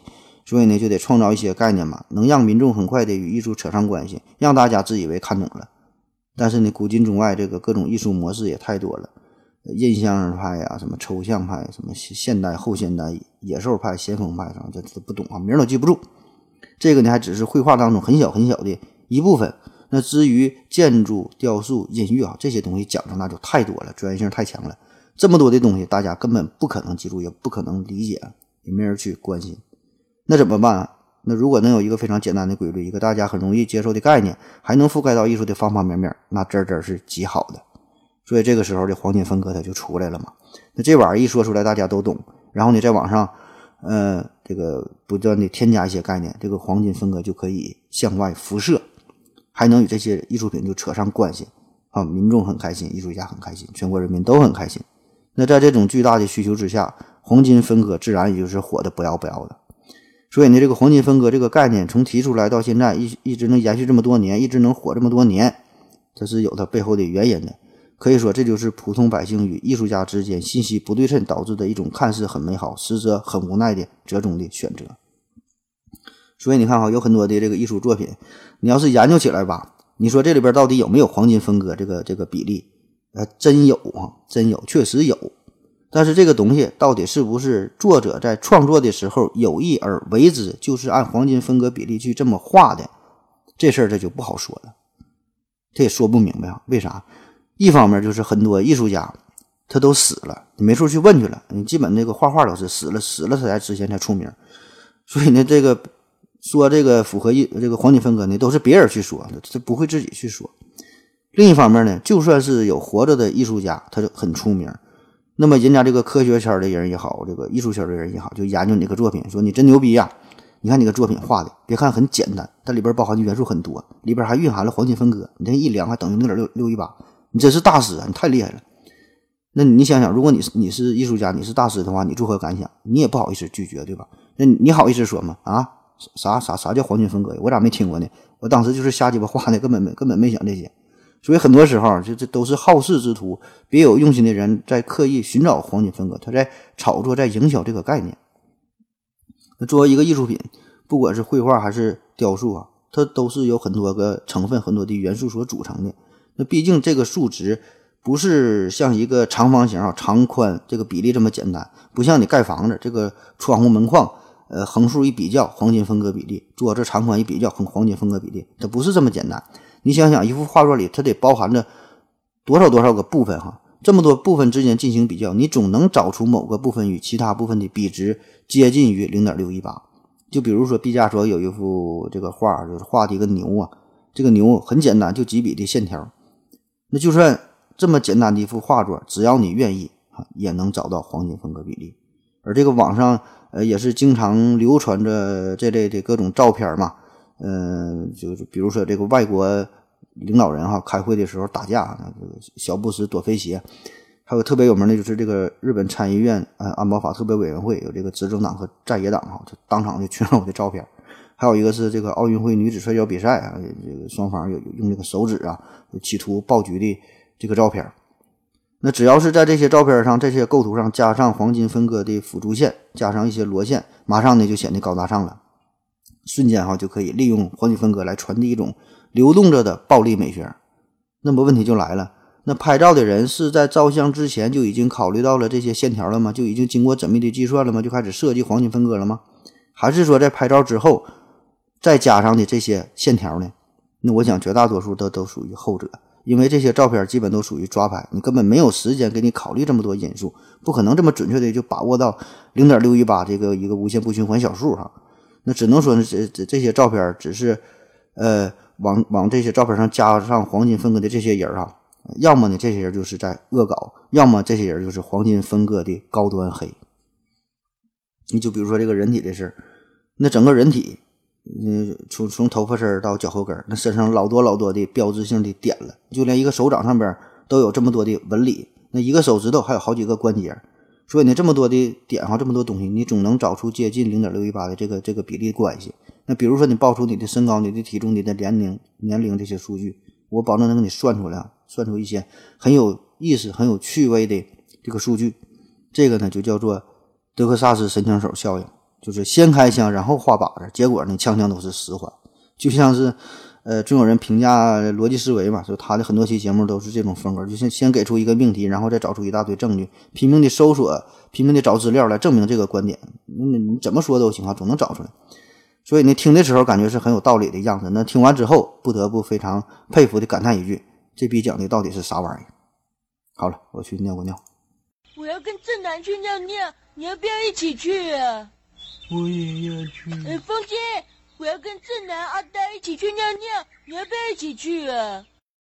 所以呢就得创造一些概念嘛，能让民众很快的与艺术扯上关系，让大家自以为看懂了。但是呢古今中外这个各种艺术模式也太多了，印象派啊，什么抽象派，什么现代后现代，野兽派，先锋派，这这不懂啊，名儿都记不住。这个呢还只是绘画当中很小很小的一部分，那至于建筑、雕塑、音乐啊这些东西讲的那就太多了，专业性太强了，这么多的东西大家根本不可能记住，也不可能理解，也没人去关心。那怎么办啊？那如果能有一个非常简单的规律，一个大家很容易接受的概念，还能覆盖到艺术的方方面面，那这真是极好的。所以这个时候这黄金分割它就出来了嘛。那这玩意儿一说出来大家都懂，然后你在网上呃这个不断的添加一些概念，这个黄金分割就可以向外辐射，还能与这些艺术品就扯上关系啊，民众很开心，艺术家很开心，全国人民都很开心。那在这种巨大的需求之下，黄金分割自然也就是火的不要不要的。所以呢这个黄金分割这个概念从提出来到现在一一直能延续这么多年，一直能火这么多年，这是有它背后的原因的。可以说这就是普通百姓与艺术家之间信息不对称导致的一种看似很美好实则很无奈的折中的选择。所以你看哈，有很多的这个艺术作品，你要是研究起来吧，你说这里边到底有没有黄金分割这个这个比例，呃，真有啊，真有，确实有。但是这个东西到底是不是作者在创作的时候有意而为之，就是按黄金分割比例去这么画的，这事儿这就不好说了，这也说不明白啊。为啥？一方面就是很多艺术家他都死了，你没处去问去了，你基本那个画画都是死了死了他才之前才出名，所以呢这个说这个符合这个黄金分割呢都是别人去说，这不会自己去说。另一方面呢，就算是有活着的艺术家他就很出名，那么人家这个科学圈的人也好，这个艺术圈的人也好，就研究你这个作品，说你真牛逼呀，你看你个作品画的别看很简单，但里边包含的元素很多，里边还蕴含了黄金分割，你这一量还等于 零点六六一八，你真是大师啊，你太厉害了。那你想想，如果你是你是艺术家，你是大师的话，你作何感想？你也不好意思拒绝，对吧？那你好意思说吗？啊，啥啥啥叫黄金分割？我咋没听过呢？我当时就是瞎鸡巴画的，根本没根本没想这些。所以很多时候，这这都是好事之徒、别有用心的人在刻意寻找黄金分割，他在炒作、在营销这个概念。那作为一个艺术品，不管是绘画还是雕塑啊，它都是有很多个成分、很多的元素所组成的。那毕竟这个数值不是像一个长方形啊，长宽这个比例这么简单，不像你盖房子这个窗户门框，呃，横竖一比较黄金分割比例，桌子长宽一比较黄金分割比例，它不是这么简单。你想想，一幅画作里它得包含着多少多少个部分哈，这么多部分之间进行比较，你总能找出某个部分与其他部分的比值接近于 零点六一八。 就比如说毕加索有一幅这个画，就是画的一个牛啊，这个牛很简单，就几笔的线条，那就算这么简单的一幅画作，只要你愿意也能找到黄金分割比例。而这个网上呃也是经常流传着这类的各种照片嘛，嗯、呃，就是比如说这个外国领导人哈开会的时候打架，这个小布什躲飞鞋，还有特别有名的就是这个日本参议院呃安保法特别委员会有这个执政党和在野党哈，就当场就群殴的照片。还有一个是这个奥运会女子摔跤比赛啊，这个双方有用这个手指啊企图爆菊的这个照片。那只要是在这些照片上、这些构图上加上黄金分割的辅助线，加上一些螺线，马上呢就显得高大上了。瞬间哈就可以利用黄金分割来传递一种流动着的暴力美学。那么问题就来了，那拍照的人是在照相之前就已经考虑到了这些线条了吗？就已经经过缜密的计算了吗？就开始设计黄金分割了吗？还是说在拍照之后再加上的这些线条呢？那我想绝大多数都都属于后者，因为这些照片基本都属于抓拍，你根本没有时间给你考虑这么多因素，不可能这么准确的就把握到 零点六一八 这个一个无限不循环小数哈。那只能说这这这些照片只是呃往往这些照片上加上黄金分割的这些人啊，要么呢这些人就是在恶搞，要么这些人就是黄金分割的高端黑。你就比如说这个人体的事，那整个人体嗯，从从头发丝到脚后跟，那身上老多老多的标志性的点了，就连一个手掌上边都有这么多的纹理，那一个手指头还有好几个关节，所以呢这么多的点哈，这么多东西，你总能找出接近 零点六一八 的这个这个比例关系。那比如说你报出你的身高、你的体重、你的年龄、年龄这些数据，我保证能给你算出来，算出一些很有意思、很有趣味的这个数据。这个呢就叫做德克萨斯神枪手效应。 就是先开枪然后画靶子，结果呢枪枪都是实环，就像是呃，总有人评价逻辑思维嘛，所以他的很多期节目都是这种风格，就是先给出一个命题，然后再找出一大堆证据，拼命的搜索，拼命的找资料来证明这个观点，你你怎么说都行啊，总能找出来。所以你听的时候感觉是很有道理的样子，那听完之后不得不非常佩服的感叹一句，这逼讲的到底是啥玩意儿。好了，我去尿个尿。 我要跟正南去尿尿，你要不要一起去啊？ 我也要去。 呃，风姐，我要跟正南、阿呆一起去尿尿，你要不要一起去啊？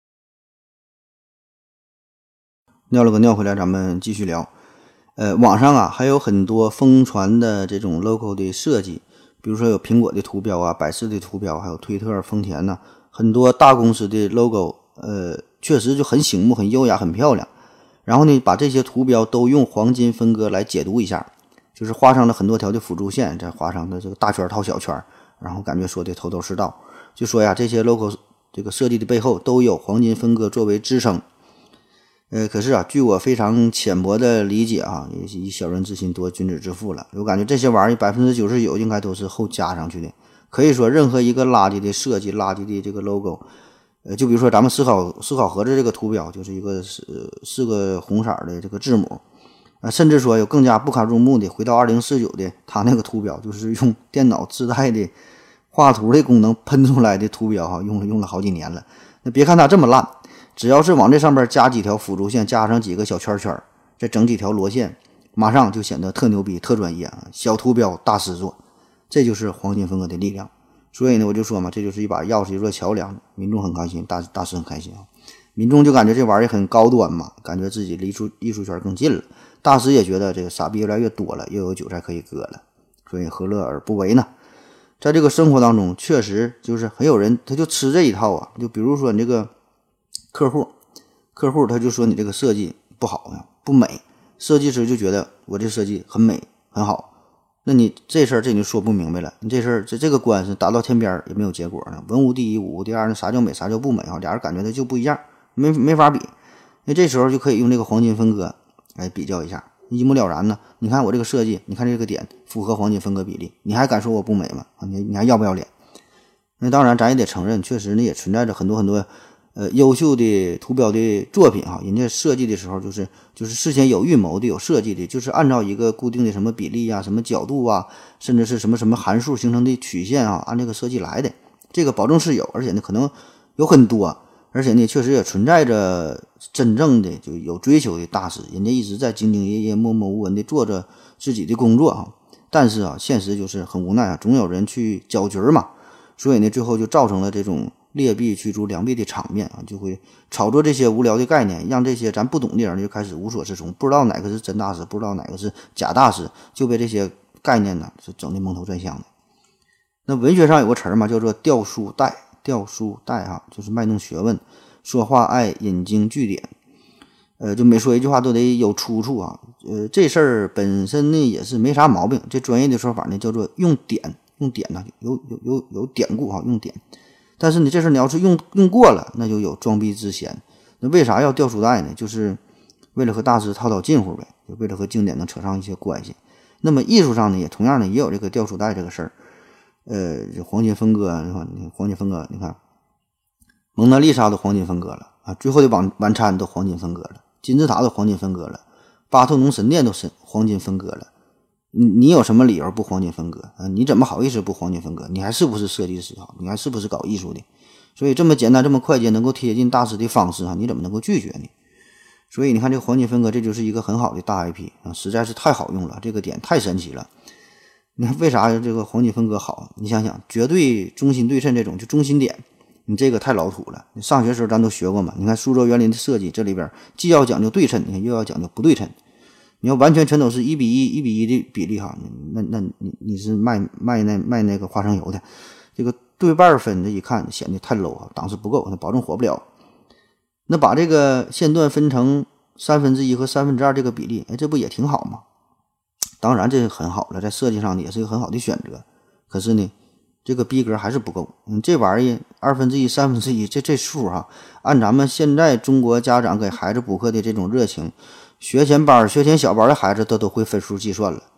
尿了个尿回来，咱们继续聊。呃，网上啊还有很多疯传的这种 logo 的设计，比如说有苹果的图标啊、百事的图标，还有推特、丰田呐、啊，很多大公司的 logo， 呃，确实就很醒目、很优雅、很漂亮。然后呢，把这些图标都用黄金分割来解读一下，就是画上了很多条的辅助线，再画上的这个大圈套小圈，然后感觉说的头头是道。就说呀，这些 logo 这个设计的背后都有黄金分割作为支撑。呃，可是啊，据我非常浅薄的理解啊，也是以小人之心夺君子之腹了。我感觉这些玩意儿百分之九十九应该都是后加上去的。可以说，任何一个垃圾的设计、垃圾的这个 logo， 呃，就比如说咱们思考思考盒子这个图标，就是一个四四个红色的这个字母，啊，甚至说有更加不堪入目的，回到二零四九的，它那个图标就是用电脑自带的画图的功能喷出来的图标哈，用了用了好几年了。那别看它这么烂。只要是往这上面加几条辅助线，加上几个小圈圈，再整几条螺线，马上就显得特牛逼、特专业啊！小图标大师作，这就是黄金分割的力量。所以呢，我就说嘛，这就是一把钥匙，一座桥梁。民众很开心，大大师很开心啊！民众就感觉这玩意儿很高端嘛，感觉自己离出艺术圈更近了。大师也觉得这个傻逼越来越多了，又有韭菜可以割了，所以何乐而不为呢？在这个生活当中，确实就是很有人他就吃这一套啊，就比如说你这个。客户，客户他就说你这个设计不好呀，不美。设计师就觉得我这设计很美很好，那你这事儿这你就说不明白了。你这事儿这这个官司打到天边也没有结果呢。文无第一，武无第二，那啥叫美，啥叫不美啊？俩人感觉它就不一样，没没法比。那这时候就可以用这个黄金分割来比较一下，一目了然呢。你看我这个设计，你看这个点符合黄金分割比例，你还敢说我不美吗？你你还要不要脸？那当然，咱也得承认，确实呢也存在着很多很多。呃，优秀的图标的作品哈，人家设计的时候就是就是事先有预谋的、有设计的，就是按照一个固定的什么比例啊、什么角度啊，甚至是什么什么函数形成的曲线啊，按这个设计来的。这个保证是有，而且呢可能有很多，而且呢确实也存在着真正的就有追求的大师，人家一直在兢兢业业、默默无闻的做着自己的工作啊。但是啊，现实就是很无奈啊，总有人去搅局嘛，所以呢最后就造成了这种。劣币驱逐良币的场面啊，就会炒作这些无聊的概念，让这些咱不懂的人就开始无所适从，不知道哪个是真大师，不知道哪个是假大师，就被这些概念呢是整的蒙头转向的。那文学上有个词儿嘛，叫做掉书袋，掉书袋啊，就是卖弄学问，说话爱引经据典，呃，就每说一句话都得有出处啊。呃，这事儿本身呢也是没啥毛病，这专业的说法呢叫做用典，用典呢有有有有典故哈，用典。但是你这事你要是用用过了，那就有装逼之嫌。那为啥要掉书袋呢？就是为了和大师套套近乎呗，就为了和经典能扯上一些关系。那么艺术上呢，也同样的也有这个掉书袋这个事儿。呃，黄金分割，你看黄金分割，你看蒙娜丽莎都黄金分割了啊，最后的晚晚餐都黄金分割了，金字塔都黄金分割了，巴特农神殿都是黄金分割了。你你有什么理由不黄金分割啊？你怎么好意思不黄金分割？你还是不是设计师啊？你还是不是搞艺术的？所以这么简单、这么快捷、能够贴近大师的方式啊，你怎么能够拒绝呢？所以你看这个黄金分割，这就是一个很好的大 I P 啊，实在是太好用了，这个点太神奇了。你看为啥这个黄金分割好？你想想，绝对中心对称这种就中心点，你这个太老土了。你上学时候咱都学过嘛？你看苏州园林的设计，这里边既要讲究对称，你看又要讲究不对称。你要完全全都是一比一、一比一的比例哈，那那你你是卖卖那卖那个花生油的，这个对半分这一看显得太 low 啊，档次不够，那保证火不了。那把这个线段分成三分之一和三分之二这个比例，哎，这不也挺好吗？当然这很好了，在设计上也是一个很好的选择。可是呢，这个逼格还是不够。嗯，这玩意儿二分之一、三分之一，这这数哈，按咱们现在中国家长给孩子补课的这种热情。学前班学前小班的孩子都都会分数计算了，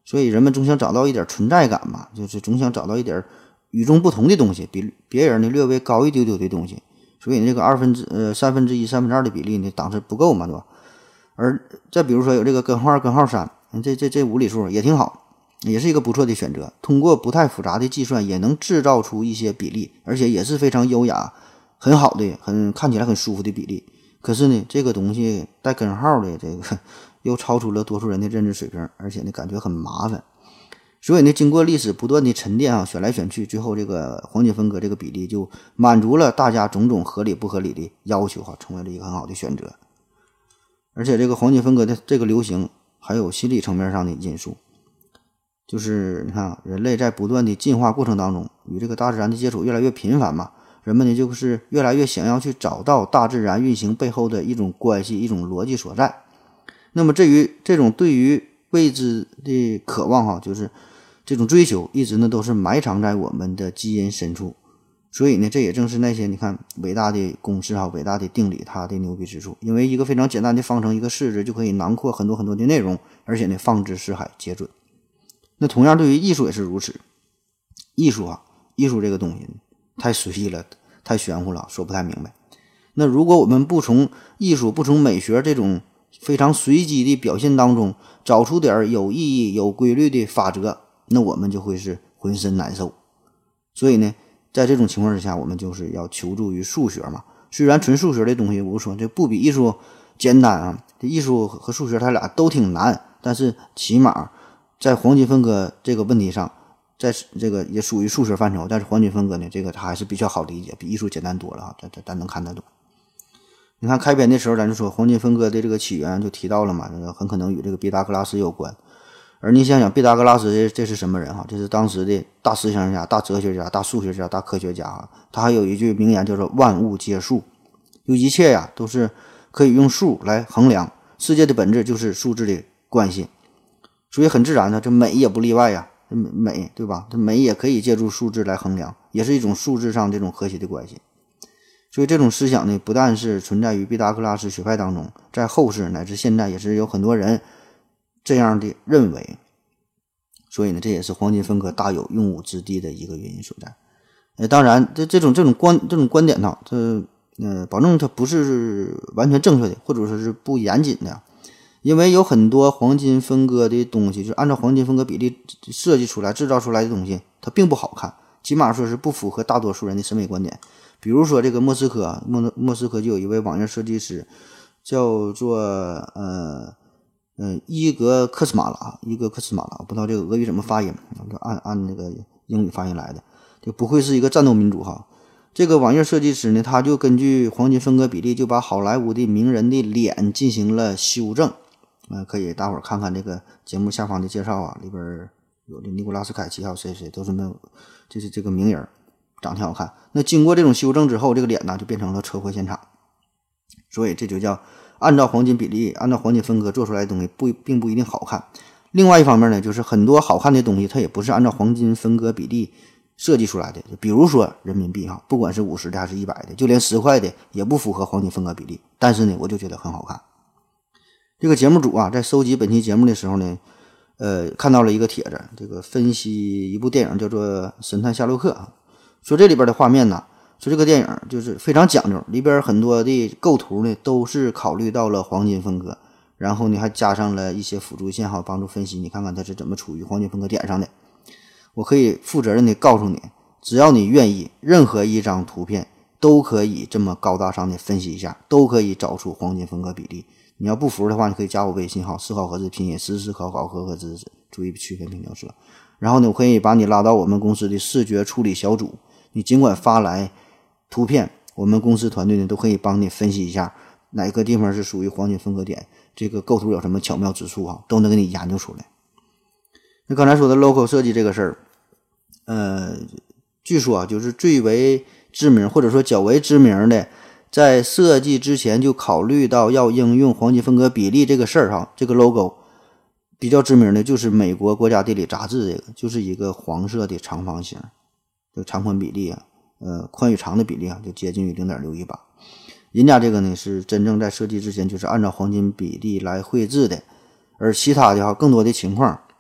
所以人们总想找到一点存在感嘛，就是总想找到一点与众不同的东西，比别人呢略微高一丢丢的东西。所以这个二分之呃三分之一、三分之二的比例呢，档次不够嘛，对吧？而再比如说有这个根号二、根号三，这这这无理数也挺好，也是一个不错的选择。通过不太复杂的计算，也能制造出一些比例，而且也是非常优雅、很好的、很看起来很舒服的比例。可是呢，这个东西带根号的这个又超出了多数人的认知水平，而且呢感觉很麻烦。所以呢，经过历史不断的沉淀啊，选来选去，最后这个黄金分割这个比例就满足了大家种种合理不合理的要求啊，成为了一个很好的选择。而且这个黄金分割的这个流行还有心理层面上的因素，就是你看人类在不断的进化过程当中，与这个大自然的接触越来越频繁嘛，人们呢就是越来越想要去找到大自然运行背后的一种关系、一种逻辑所在。那么至于这种对于未知的渴望哈，就是这种追求一直呢都是埋藏在我们的基因深处，所以呢这也正是那些你看伟大的公式哈、伟大的定理它的牛逼之处。因为一个非常简单的方程，一个式子就可以囊括很多很多的内容，而且呢放之四海皆准。那同样对于艺术也是如此，艺术啊，艺术这个东西太随意了，太玄乎了，说不太明白。那如果我们不从艺术、不从美学这种非常随机的表现当中找出点有意义、有规律的法则，那我们就会是浑身难受。所以呢，在这种情况之下，我们就是要求助于数学嘛。虽然纯数学的东西，我说这不比艺术简单啊，这艺术和数学它俩都挺难，但是起码在黄金分割这个问题上，在这个也属于数学范畴，但是黄金分割呢，这个它还是比较好理解，比艺术简单多了啊，咱咱咱能看得懂。你看开篇的时候咱就说黄金分割的这个起源就提到了嘛，这个很可能与这个毕达哥拉斯有关。而你想想毕达哥拉斯这这是什么人哈？这是当时的大思想家、大哲学家、大数学家、大科学家啊。他还有一句名言叫做万物皆数，就一切呀都是可以用数来衡量，世界的本质就是数质的关系。所以很自然的，这美也不例外呀，美对吧？这美也可以借助数质来衡量，也是一种数质上这种和谐的关系。所以这种思想呢，不但是存在于毕达哥拉斯学派当中，在后世乃至现在也是有很多人这样的认为。所以呢，这也是黄金分割大有用武之地的一个原因所在。呃，当然，这这种这种观这种观点呢，这呃，保证它不是完全正确的，或者说是不严谨的，因为有很多黄金分割的东西，就是按照黄金分割比例设计出来、制造出来的东西，它并不好看，起码说是不符合大多数人的审美观点。比如说这个莫斯科，莫莫斯科就有一位网页设计师，叫做呃呃伊格克斯马拉，伊格克斯马拉，不知道这个俄语怎么发音，按按那个英语发音来的，这不会是一个战斗民族哈。这个网页设计师呢，他就根据黄金分割比例，就把好莱坞的名人的脸进行了修正。呃，可以大伙儿看看这个节目下方的介绍啊，里边有的尼古拉斯凯奇还有谁谁都是没有，这是这个名人。长挺好看，那经过这种修正之后，这个脸呢就变成了车祸现场，所以这就叫按照黄金比例、按照黄金分割做出来的东西不并不一定好看。另外一方面呢，就是很多好看的东西它也不是按照黄金分割比例设计出来的，比如说人民币哈，不管是五十的还是一百的，就连十块的也不符合黄金分割比例，但是呢我就觉得很好看。这个节目组啊在收集本期节目的时候呢，呃看到了一个帖子，这个分析一部电影叫做《神探夏洛克》啊。说这里边的画面呢，说这个电影就是非常讲究，里边很多的构图呢都是考虑到了黄金分割，然后呢还加上了一些辅助线，好帮助分析，你看看它是怎么处于黄金分割点上的。我可以负责任的告诉你，只要你愿意，任何一张图片都可以这么高大上的分析一下，都可以找出黄金分割比例。你要不服的话，你可以加我微信号，思考盒子拼音思思考考和和知识，注意区分平调色。然后呢，我可以把你拉到我们公司的视觉处理小组。你尽管发来图片，我们公司团队呢都可以帮你分析一下哪个地方是属于黄金分割点，这个构图有什么巧妙之处啊，都能给你研究出来。那刚才说的 logo 设计这个事儿，呃，据说啊，就是最为知名或者说较为知名的，在设计之前就考虑到要应用黄金分割比例这个事儿哈，这个 logo 比较知名的就是美国国家地理杂志，这个就是一个黄色的长方形。这个长宽比例啊，呃，宽与长的比例啊，就接近于 零点六一八。人家这个呢是真正在设计之前就是按照黄金比例来绘制的，而其他的哈更多的情况，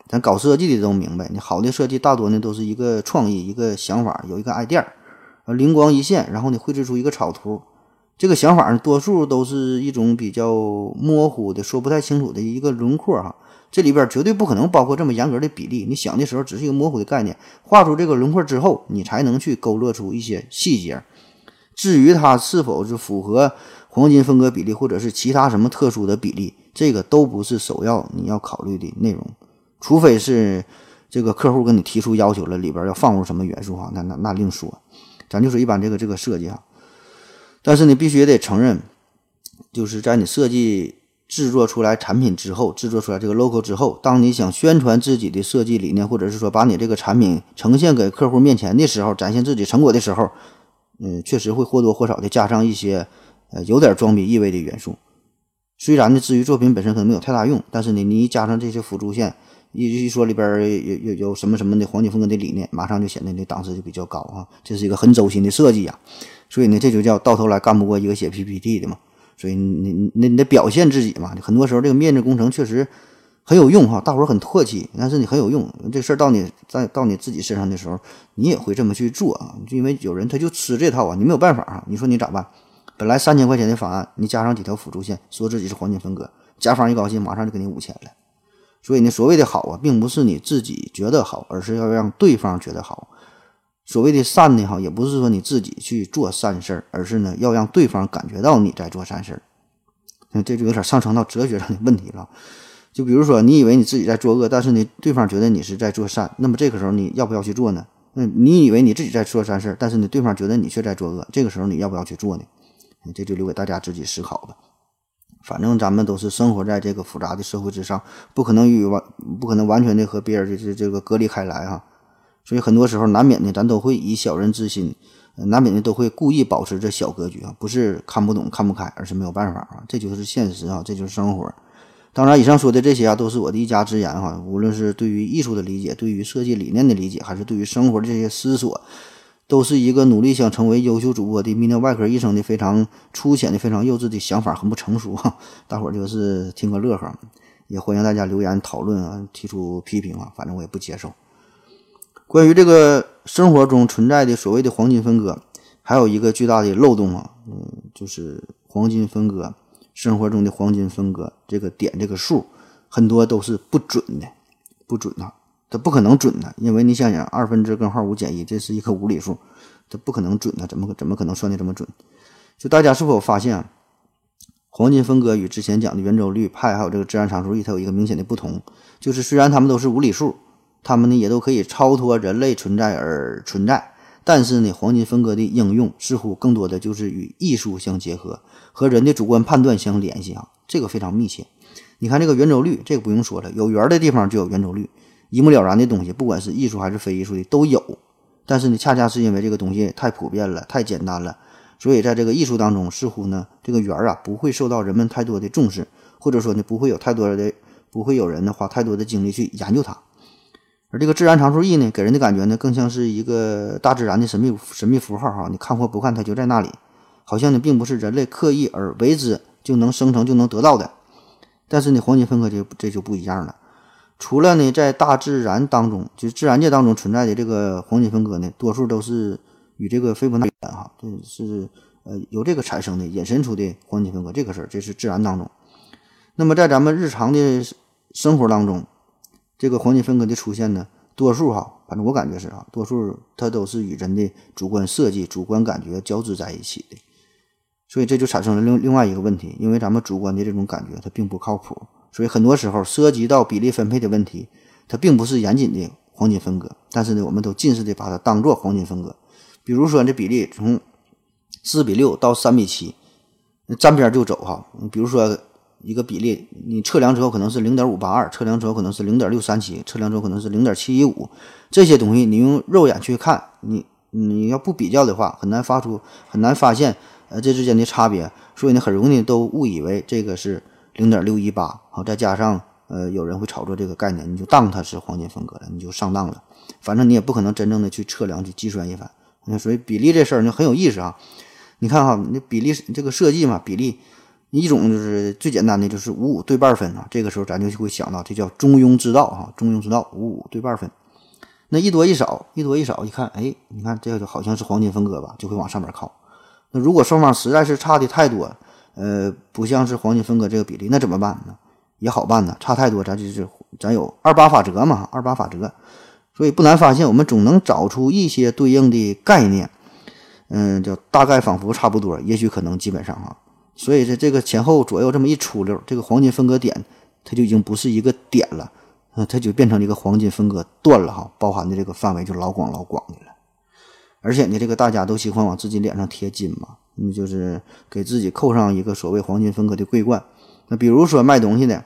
咱搞设计的都明白，你好的设计大多呢都是一个创意，一个想法，有一个 idea， 灵光一现，然后呢绘制出一个草图。这个想法呢多数都是一种比较模糊的，说不太清楚的一个轮廓哈。这里边绝对不可能包括这么严格的比例，你想的时候只是一个模糊的概念，画出这个轮廓之后，你才能去勾勒出一些细节。至于它是否是符合黄金分割比例，或者是其他什么特殊的比例，这个都不是首要你要考虑的内容。除非是这个客户跟你提出要求了，里边要放入什么元素哈，那那那另说。咱就说一般这个这个设计哈，但是你必须也得承认，就是在你设计制作出来产品之后，制作出来这个 logo 之后，当你想宣传自己的设计理念，或者是说把你这个产品呈现给客户面前的时候，展现自己成果的时候，嗯，确实会或多或少的加上一些呃有点装逼意味的元素。虽然呢，至于作品本身可能没有太大用，但是呢，你一加上这些辅助线，一一说里边有有有什么什么的黄金分割的理念，马上就显得你档次就比较高啊，这是一个很走心的设计呀、啊。所以呢，这就叫到头来干不过一个写 P P T 的嘛。所以你你你你得表现自己嘛。很多时候这个面子工程确实很有用哈，大伙儿很唾弃，但是你很有用。这事儿到你在到你自己身上的时候，你也会这么去做啊。因为有人他就吃这套啊，你没有办法啊。你说你咋办？本来三千块钱的方案，你加上几条辅助线，说自己是黄金分割，甲方一高兴，马上就给你五千了。所以呢，所谓的好啊，并不是你自己觉得好，而是要让对方觉得好。所谓的善呢，哈，也不是说你自己去做善事儿，而是呢，要让对方感觉到你在做善事儿。那这就有点上升到哲学上的问题了。就比如说，你以为你自己在作恶，但是呢，对方觉得你是在做善，那么这个时候你要不要去做呢？嗯，你以为你自己在做善事儿，但是呢，对方觉得你却在作恶，这个时候你要不要去做呢？这就留给大家自己思考吧。反正咱们都是生活在这个复杂的社会之上，不可能与完不可能完全的和别人这这个隔离开来哈。所以很多时候难免的，咱都会以小人之心，难免的都会故意保持着小格局啊，不是看不懂看不开，而是没有办法啊，这就是现实啊，这就是生活。当然，以上说的这些啊，都是我的一家之言哈。无论是对于艺术的理解，对于设计理念的理解，还是对于生活的这些思索，都是一个努力想成为优秀主播的泌尿外科医生的非常粗浅的、非常幼稚的想法，很不成熟哈。大伙儿就是听个乐呵，也欢迎大家留言讨论啊，提出批评啊，反正我也不接受。关于这个生活中存在的所谓的黄金分割，还有一个巨大的漏洞啊，嗯，就是黄金分割，生活中的黄金分割这个点这个数，很多都是不准的，不准啊。它不可能准的，因为你想想，二分之根号五减一，这是一个无理数，它不可能准的，怎么怎么可能算的这么准？就大家是否发现，黄金分割与之前讲的圆周率、派还有这个自然常数 e， 它有一个明显的不同，就是虽然它们都是无理数，它们呢也都可以超脱人类存在而存在，但是呢，黄金分割的应用似乎更多的就是与艺术相结合，和人的主观判断相联系啊，这个非常密切。你看这个圆周率，这个不用说了，有圆的地方就有圆周率。一目了然的东西，不管是艺术还是非艺术的都有，但是呢，恰恰是因为这个东西太普遍了、太简单了，所以在这个艺术当中，似乎呢，这个圆啊不会受到人们太多的重视，或者说呢，不会有太多的不会有人呢花太多的精力去研究它。而这个自然常数 e 呢，给人的感觉呢，更像是一个大自然的神秘神秘符号哈，你看或不看，它就在那里，好像呢，并不是人类刻意而为之就能生成就能得到的。但是呢，黄金分割就这就不一样了。除了呢，在大自然当中，就是自然界当中存在的这个黄金分割呢，多数都是与这个斐波那契哈，这是呃由这个产生的引申出的黄金分割这个事儿，这是自然当中。那么在咱们日常的生活当中，这个黄金分割的出现呢，多数哈，反正我感觉是啊，多数它都是与人的主观设计、主观感觉交织在一起的，所以这就产生了另另外一个问题，因为咱们主观的这种感觉它并不靠谱。所以很多时候涉及到比例分配的问题，它并不是严谨的黄金分割，但是呢，我们都近似的把它当作黄金分割。比如说这比例从四比六到三比七，沾边就走哈。比如说一个比例，你测量之后可能是 零点五八二， 测量之后可能是 零点六三七， 测量之后可能是 零点七一五， 这些东西你用肉眼去看，你你要不比较的话，很难发出很难发现呃这之间的差别，所以呢，很容易都误以为这个是零点六一八， 好，再加上呃有人会炒作这个概念，你就当它是黄金分割了，你就上当了。反正你也不可能真正的去测量去计算一番。那所以比例这事儿就很有意思啊。你看哈，你比例这个设计嘛，比例一种就是最简单的就是五五对半分啊，这个时候咱就会想到这叫中庸之道哈，中庸之道五五对半分。那一多一少，一多一少，一看，哎，你看这个就好像是黄金分割吧，就会往上面靠。那如果双方实在是差的太多，呃，不像是黄金分割这个比例，那怎么办呢？也好办呢，差太多，咱就是咱有二八法则嘛，二八法则。所以不难发现，我们总能找出一些对应的概念，嗯，叫大概仿佛差不多，也许可能基本上哈。所以这这个前后左右这么一出溜，这个黄金分割点它就已经不是一个点了。呃，它就变成了一个黄金分割段了哈，包含的这个范围就老广老广的了。而且呢，这个大家都喜欢往自己脸上贴金嘛，你就是给自己扣上一个所谓黄金分割的桂冠。那比如说卖东西的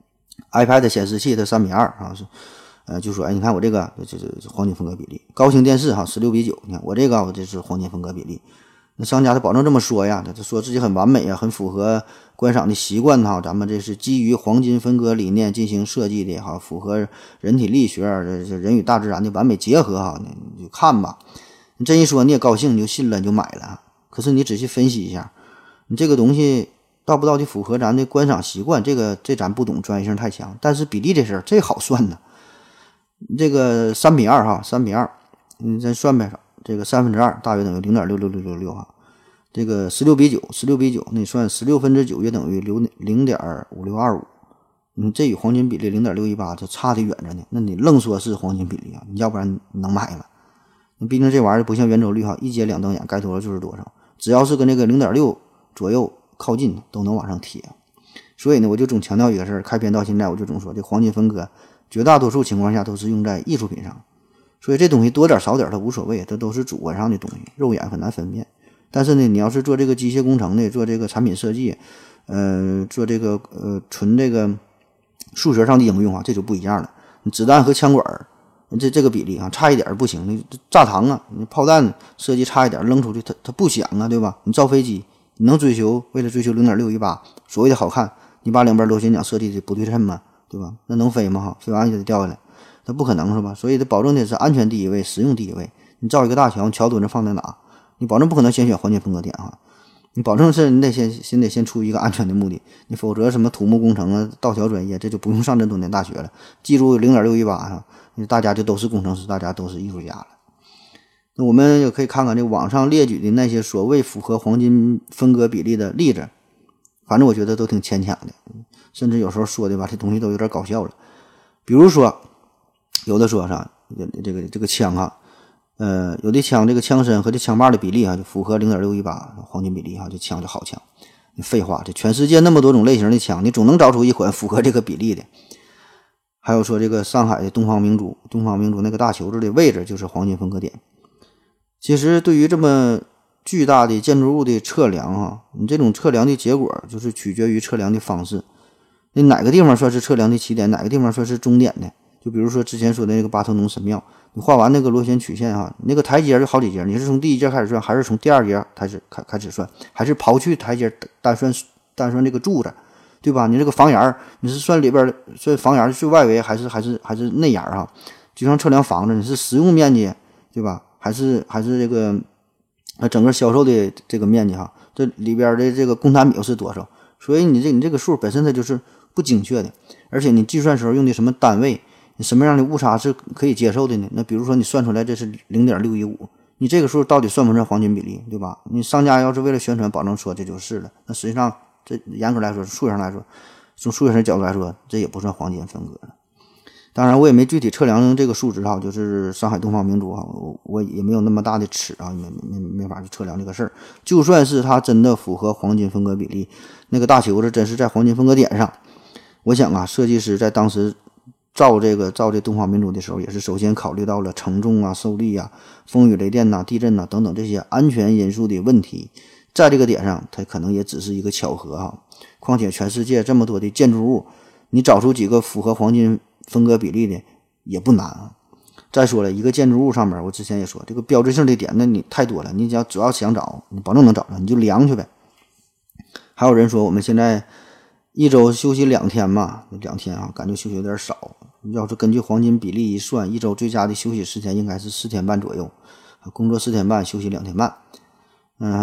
iPad 显示器它三比二啊，是呃就说哎，你看我这个这这黄金分割比例，高清电视哈十六比九，你看我这个我这是黄金分割比例。那商家他保证这么说呀，他说自己很完美啊，很符合观赏的习惯哈，咱们这是基于黄金分割理念进行设计的哈，符合人体力学，这人与大自然的完美结合哈，你就看吧。你这一说你也高兴，你就信了，你就买了。可是你仔细分析一下，你这个东西到不到底符合咱的观赏习惯，这个这咱不懂，专业性太强。但是比例这事儿这好算呢，这个三比二哈，三比二，你再算呗。这个三分之二大约等于零点六六六六六哈，这个十六比九，十六比九，那你算十六分之九约等于零零点五六二五，你这与黄金比例零点六一八这差得远着呢。那你愣说是黄金比例啊？你要不然你能买吗？那毕竟这玩意儿不像圆周率哈，一揭两瞪眼，该多少就是多少，只要是跟那个零点六左右靠近都能往上贴。所以呢，我就总强调一个事儿，开篇到现在我就总说，这黄金分割绝大多数情况下都是用在艺术品上。所以这东西多点少点它无所谓，这都是主观上的东西，肉眼很难分辨。但是呢，你要是做这个机械工程的，做这个产品设计，呃，做这个呃纯这个数学上的应用啊，这就不一样了。你子弹和枪管这这个比例啊，差一点不行，你炸膛啊，你炮弹设计差一点扔出去，它它不响啊，对吧？你造飞机，你能追求为了追求零点六一八所谓的好看，你把两边螺旋桨设计的不对称吗？对吧？那能飞吗？哈，飞完就得掉下来。它不可能是吧？所以它保证的是安全第一位，实用第一位。你造一个大桥，桥墩子放在哪？你保证不可能先选黄金分割点哈，你保证是你得先先得先出于一个安全的目的，你否则什么土木工程啊、道桥专业，这就不用上这多年大学了。记住零点六一八哈，大家就都是工程师，大家都是艺术家了。那我们也可以看看这网上列举的那些所谓符合黄金分割比例的例子，反正我觉得都挺牵强的，甚至有时候说的吧，这东西都有点搞笑了。比如说。有的说啥，这个这个枪啊，呃，有的枪这个枪身和这枪把的比例啊，就符合零点六一八黄金比例哈，这枪就好枪。废话，这全世界那么多种类型的枪，你总能找出一款符合这个比例的。还有说这个上海的东方明珠，东方明珠那个大球子的位置就是黄金分割点。其实对于这么巨大的建筑物的测量哈，你这种测量的结果就是取决于测量的方式。那哪个地方算是测量的起点，哪个地方算是终点呢？就比如说之前说的那个巴特农神庙，你画完那个螺旋曲线哈，那个台阶就好几节，你是从第一节开始算，还是从第二节开始开开始算，还是刨去台阶单算单算这个柱子，对吧？你这个房檐你是算里边算房檐最外围，还是还是还是内檐哈？就像测量房子，你是实用面积对吧？还是还是这个呃整个销售的这个面积哈？这里边的这个公摊比是多少？所以你这你这个数本身它就是不精确的，而且你计算时候用的什么单位？什么样的误差是可以接受的呢？那比如说你算出来这是 零点六一五， 你这个数到底算不算黄金比例，对吧？你商家要是为了宣传保证说这就是了，那实际上这严格来说数学上来说，从数学上角度来说，这也不算黄金分割了。当然我也没具体测量这个数值哈，就是上海东方明珠哈，我也没有那么大的尺啊，没没没法去测量这个事儿。就算是它真的符合黄金分割比例，那个大球子真是在黄金分割点上，我想啊，设计师在当时造这个造这东方明珠的时候，也是首先考虑到了承重啊、受力啊、风雨雷电呐、啊、地震呐、啊、等等这些安全因素的问题，在这个点上，它可能也只是一个巧合哈。况且全世界这么多的建筑物，你找出几个符合黄金分割比例的也不难啊。再说了，一个建筑物上面，我之前也说，这个标志性的点，那你太多了，你只要主要想找，你保证能找着，你就量去呗。还有人说我们现在一周休息两天嘛，两天啊，感觉休息有点少。要是根据黄金比例一算，一周最佳的休息时间应该是四天半左右，工作四天半，休息两天半。嗯、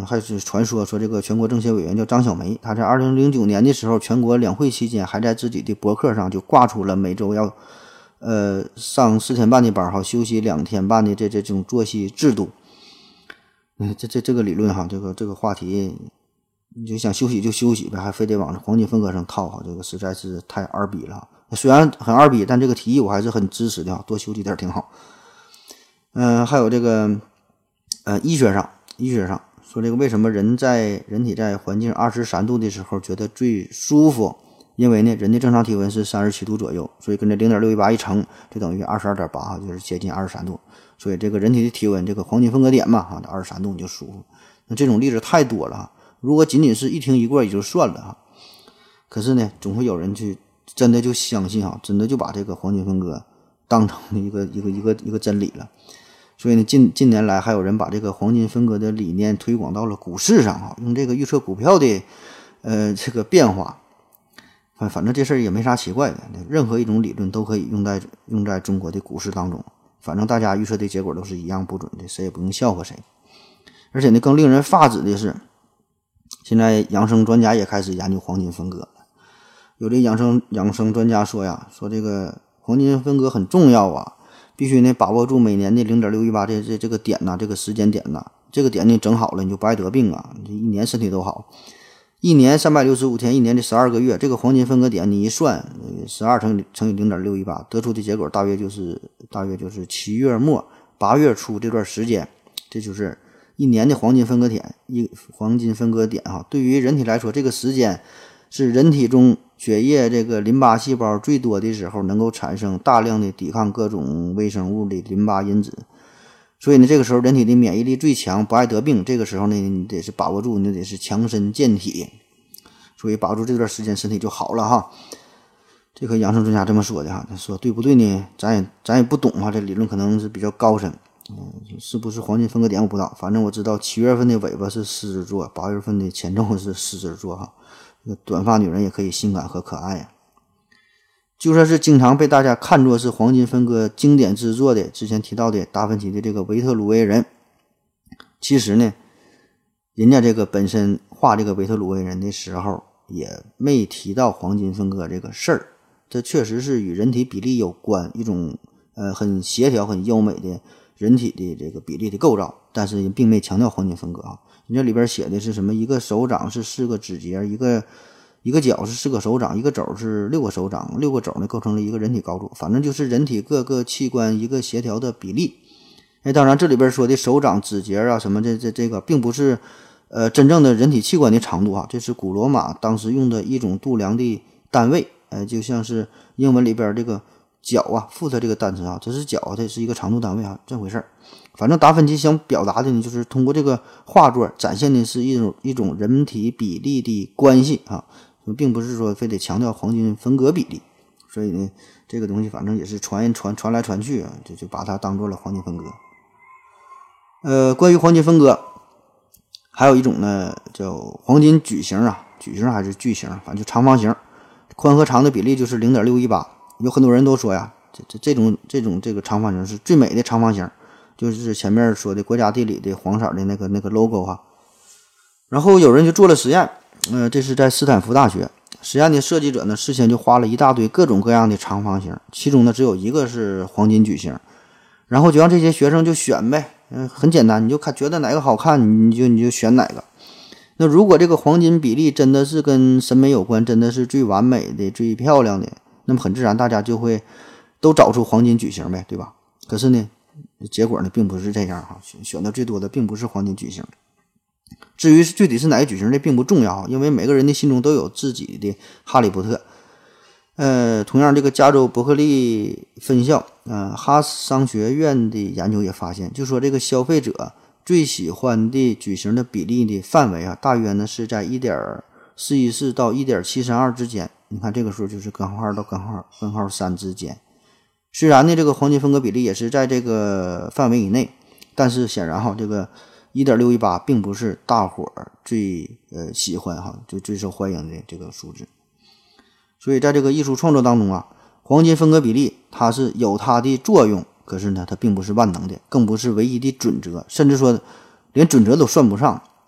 嗯，还是传说说这个全国政协委员叫张小梅，她在二零零九年的时候，全国两会期间，还在自己的博客上就挂出了每周要呃上四天半的班哈，休息两天半的这这种作息制度。嗯，这这这个理论哈，这个这个话题，你就想休息就休息呗，还非得往黄金分割上套哈，这个实在是太二逼了。虽然很二逼，但这个提议我还是很支持的，多休息点挺好。嗯、呃，还有这个呃医学上，医学上。说这个为什么人在人体在环境二十三度的时候觉得最舒服？因为呢，人的正常体温是三十七度左右，所以跟这零点六一八一乘，就等于二十二点八，就是接近二十三度。所以这个人体的体温，这个黄金分割点嘛，哈，二十三度你就舒服。那这种例子太多了哈，如果仅仅是一听一过也就算了哈，可是呢，总会有人去真的就相信哈，真的就把这个黄金分割当成一个一个一个一个真理了。所以呢，近近年来还有人把这个黄金分割的理念推广到了股市上哈，用这个预测股票的呃这个变化，反反正这事儿也没啥奇怪的，任何一种理论都可以用在用在中国的股市当中，反正大家预测的结果都是一样不准的，谁也不用笑话谁。而且呢，更令人发指的是，现在养生专家也开始研究黄金分割了。有的养生养生专家说呀，说这个黄金分割很重要啊。必须呢把握住每年的零点六一八这这这个点呐、啊，这个时间点呐、啊，这个点你整好了，你就不爱得病啊，你一年身体都好。一年三百六十五天，一年的十二个月，这个黄金分割点你一算，十二乘以乘以零点六一八，得出的结果大约就是大约就是七月末八月初这段时间，这就是一年的黄金分割点，一黄金分割点啊。对于人体来说，这个时间是人体中血液这个淋巴细胞最多的时候，能够产生大量的抵抗各种微生物的淋巴因子，所以呢，这个时候人体的免疫力最强，不爱得病。这个时候呢，你得是把握住，你得是强身健体，所以把握住这段时间，身体就好了哈。这个养生专家这么说的哈，说对不对呢？咱也咱也不懂啊，这理论可能是比较高深，嗯，是不是黄金分割点我不知道，反正我知道七月份的尾巴是狮子座，八月份的前奏是狮子座哈。短发女人也可以性感和可爱呀、啊。就算是经常被大家看作是黄金分割经典之作的，之前提到的达芬奇的这个维特鲁威人，其实呢，人家这个本身画这个维特鲁威人的时候，也没提到黄金分割这个事儿。这确实是与人体比例有关，一种呃很协调、很优美的人体的这个比例的构造，但是并没强调黄金分割啊。你这里边写的是什么？一个手掌是四个指节，一个一个脚是四个手掌，一个肘是六个手掌，六个肘呢构成了一个人体高度，反正就是人体各个器官一个协调的比例。哎，当然这里边说的手掌指节啊什么这这这个，并不是呃真正的人体器官的长度啊，这是古罗马当时用的一种度量的单位。哎，就像是英文里边这个脚啊 foot 这个单词啊，这是脚，这是一个长度单位啊，这回事儿。反正达芬奇想表达的呢，就是通过这个画作展现的是一种一种人体比例的关系啊，并不是说非得强调黄金分割比例。所以呢，这个东西反正也是传传传来传去啊，就就把它当做了黄金分割。呃，关于黄金分割，还有一种呢叫黄金矩形啊，矩形还是矩形，反正就长方形，宽和长的比例就是 零点六一八。有很多人都说呀，这这这种这种这个长方形是最美的长方形。就是前面说的国家地理的黄色的那个那个 logo 哈，然后有人就做了实验，呃，这是在斯坦福大学，实验的设计者呢事先就画了一大堆各种各样的长方形，其中呢只有一个是黄金矩形，然后就让这些学生就选呗，嗯、呃，很简单，你就看觉得哪个好看，你就你就选哪个。那如果这个黄金比例真的是跟审美有关，真的是最完美的、最漂亮的，那么很自然大家就会都找出黄金矩形呗，对吧？可是呢？结果呢，并不是这样哈，选的最多的并不是黄金矩形。至于具体是哪个矩形，这并不重要，因为每个人的心中都有自己的哈利波特。呃，同样，这个加州伯克利分校，呃，哈斯商学院的研究也发现，就说这个消费者最喜欢的矩形的比例的范围啊，大约呢是在 一点四一四 到 一点七三二 之间。你看这个数就是根号二到根号根号三之间。虽然呢，这个黄金分割比例也是在这个范围以内，但是显然哈，这个 一点六一八 并不是大伙儿最呃喜欢哈，最最受欢迎的这个数字。所以在这个艺术创作当中啊，黄金分割比例它是有它的作用，可是呢，它并不是万能的，更不是唯一的准则，甚至说连准则都算不上。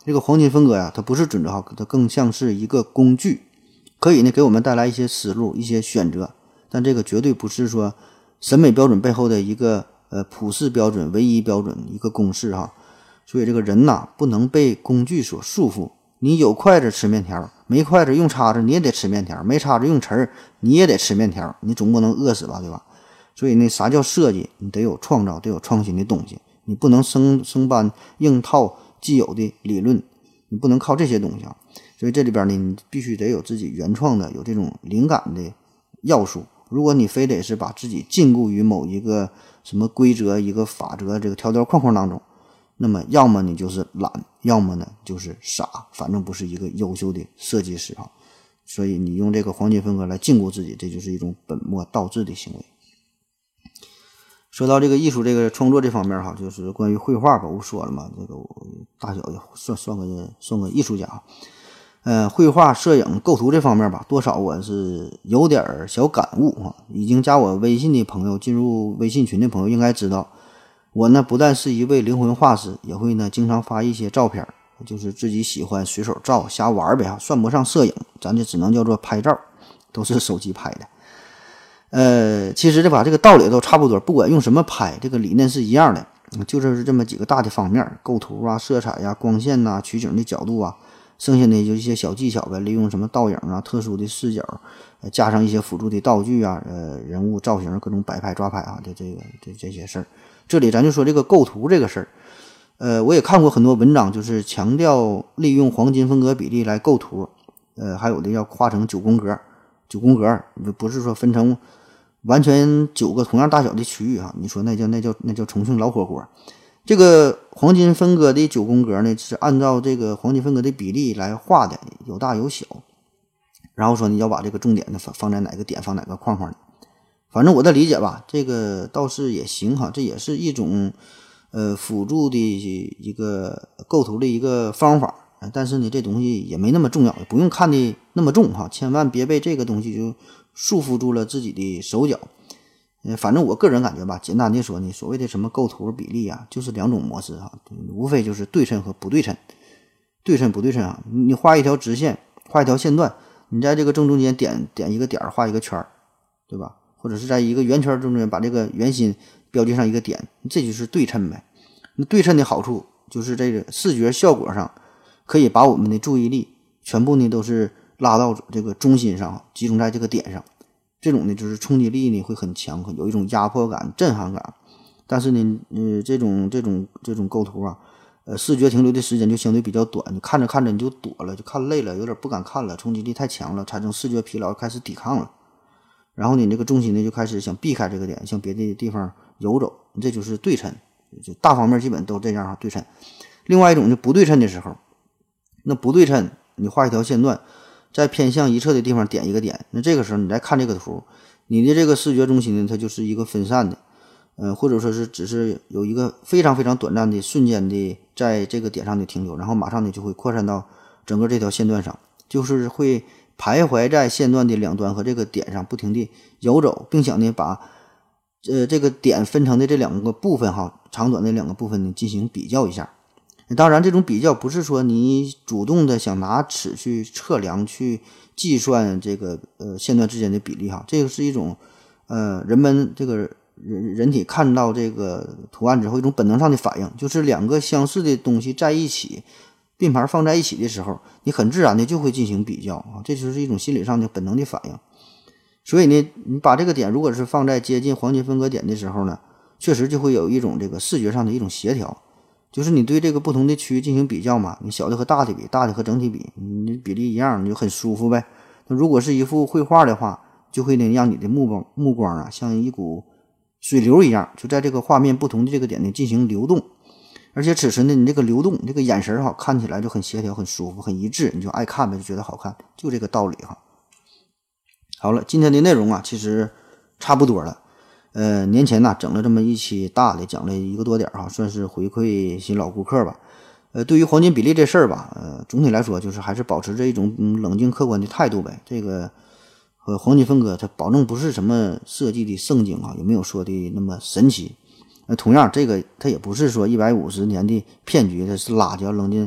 这个黄金分割呀，它不是准则哈，它更像是一个工具，可以呢给我们带来一些思路、一些选择，但这个绝对不是说审美标准背后的一个呃普世标准、唯一标准一个公式哈。所以这个人呐，不能被工具所束缚。你有筷子吃面条，没筷子用叉子你也得吃面条，没叉子用匙儿你也得吃面条，你总不能饿死吧，对吧？所以那啥叫设计？你得有创造，得有创新的东西，你不能生生搬硬套既有的理论，你不能靠这些东西啊。所以这里边呢，你必须得有自己原创的、有这种灵感的要素。如果你非得是把自己禁锢于某一个什么规则、一个法则、这个条条框框当中，那么要么你就是懒，要么呢就是傻，反正不是一个优秀的设计师啊。所以你用这个黄金分割来禁锢自己，这就是一种本末倒置的行为。说到这个艺术这个创作这方面哈，就是关于绘画吧，我说了嘛，这个我大小也算算个算个艺术家。呃，绘画、摄影、构图这方面吧，多少我是有点小感悟啊。已经加我微信的朋友，进入微信群的朋友应该知道，我呢不但是一位灵魂画师，也会呢经常发一些照片，就是自己喜欢随手照瞎玩呗哈，算不上摄影，咱就只能叫做拍照，都是手机拍的。呃，其实这把这个道理都差不多，不管用什么拍，这个理念是一样的，就是这么几个大的方面，构图啊、色彩呀、光线呐、取景的角度啊，剩下的就一些小技巧呗，利用什么倒影啊、特殊的视角，呃、加上一些辅助的道具啊，呃，人物造型各种摆拍抓拍啊，这这个这这些事儿。这里咱就说这个构图这个事儿，呃，我也看过很多文章，就是强调利用黄金分割比例来构图，呃，还有的要画成九宫格，九宫格不是说分成完全九个同样大小的区域啊，你说那叫那叫那叫重庆老火锅。这个黄金分割的九宫格呢，是按照这个黄金分割的比例来画的，有大有小。然后说你要把这个重点呢放放在哪个点，放哪个框框里。反正我的理解吧，这个倒是也行哈，这也是一种呃辅助的一个构图的一个方法。但是呢，这东西也没那么重要，也不用看的那么重哈，千万别被这个东西就束缚住了自己的手脚。呃，反正我个人感觉吧，简单的说呢，所谓的什么构图比例啊，就是两种模式哈，无非就是对称和不对称。对称不对称啊，你画一条直线，画一条线段，你在这个正中间点点一个点，画一个圈，对吧？或者是在一个圆圈中间把这个圆心标记上一个点，这就是对称呗。那对称的好处就是这个视觉效果上可以把我们的注意力全部呢都是拉到这个中心上，集中在这个点上。这种呢就是冲击力呢会很强，有一种压迫感、震撼感。但是呢，呃，这种这种这种构图啊，呃，视觉停留的时间就相对比较短，你看着看着你就躲了，就看累了，有点不敢看了，冲击力太强了，产生视觉疲劳，开始抵抗了。然后你这个重心呢就开始想避开这个点，向别的地方游走，这就是对称。就大方面基本都这样对称。另外一种就不对称的时候，那不对称，你画一条线段，在偏向一侧的地方点一个点，那这个时候你再看这个图，你的这个视觉中心呢，它就是一个分散的，呃，或者说是只是有一个非常非常短暂的瞬间的在这个点上的停留，然后马上呢就会扩散到整个这条线段上，就是会徘徊在线段的两端和这个点上不停地游走，并且呢把呃这个点分成的这两个部分哈，长短的两个部分呢进行比较一下。当然这种比较不是说你主动的想拿尺去测量去计算这个呃线段之间的比例哈，这个是一种呃人们这个人人体看到这个图案之后一种本能上的反应，就是两个相似的东西在一起并排放在一起的时候，你很自然的就会进行比较啊，这就是一种心理上的本能的反应。所以呢，你把这个点如果是放在接近黄金分割点的时候呢，确实就会有一种这个视觉上的一种协调，就是你对这个不同的区域进行比较嘛，你小的和大的比，大的和整体比，你比例一样，你就很舒服呗。那如果是一幅绘画的话，就会呢让你的目光目光啊像一股水流一样，就在这个画面不同的这个点呢进行流动。而且此时呢，你这个流动，这个眼神哈，看起来就很协调、很舒服、很一致，你就爱看呗，就觉得好看，就这个道理哈。好了，今天的内容啊，其实差不多了。呃，年前呢整了这么一期大的，讲了一个多点哈，算是回馈新老顾客吧。呃，对于黄金比例这事儿吧，呃，总体来说就是还是保持着一种、嗯、冷静客观的态度呗。这个和黄金分割，它保证不是什么设计的圣经啊，也没有说的那么神奇。呃，同样，这个它也不是说一百五十年的骗局，它是垃圾要扔进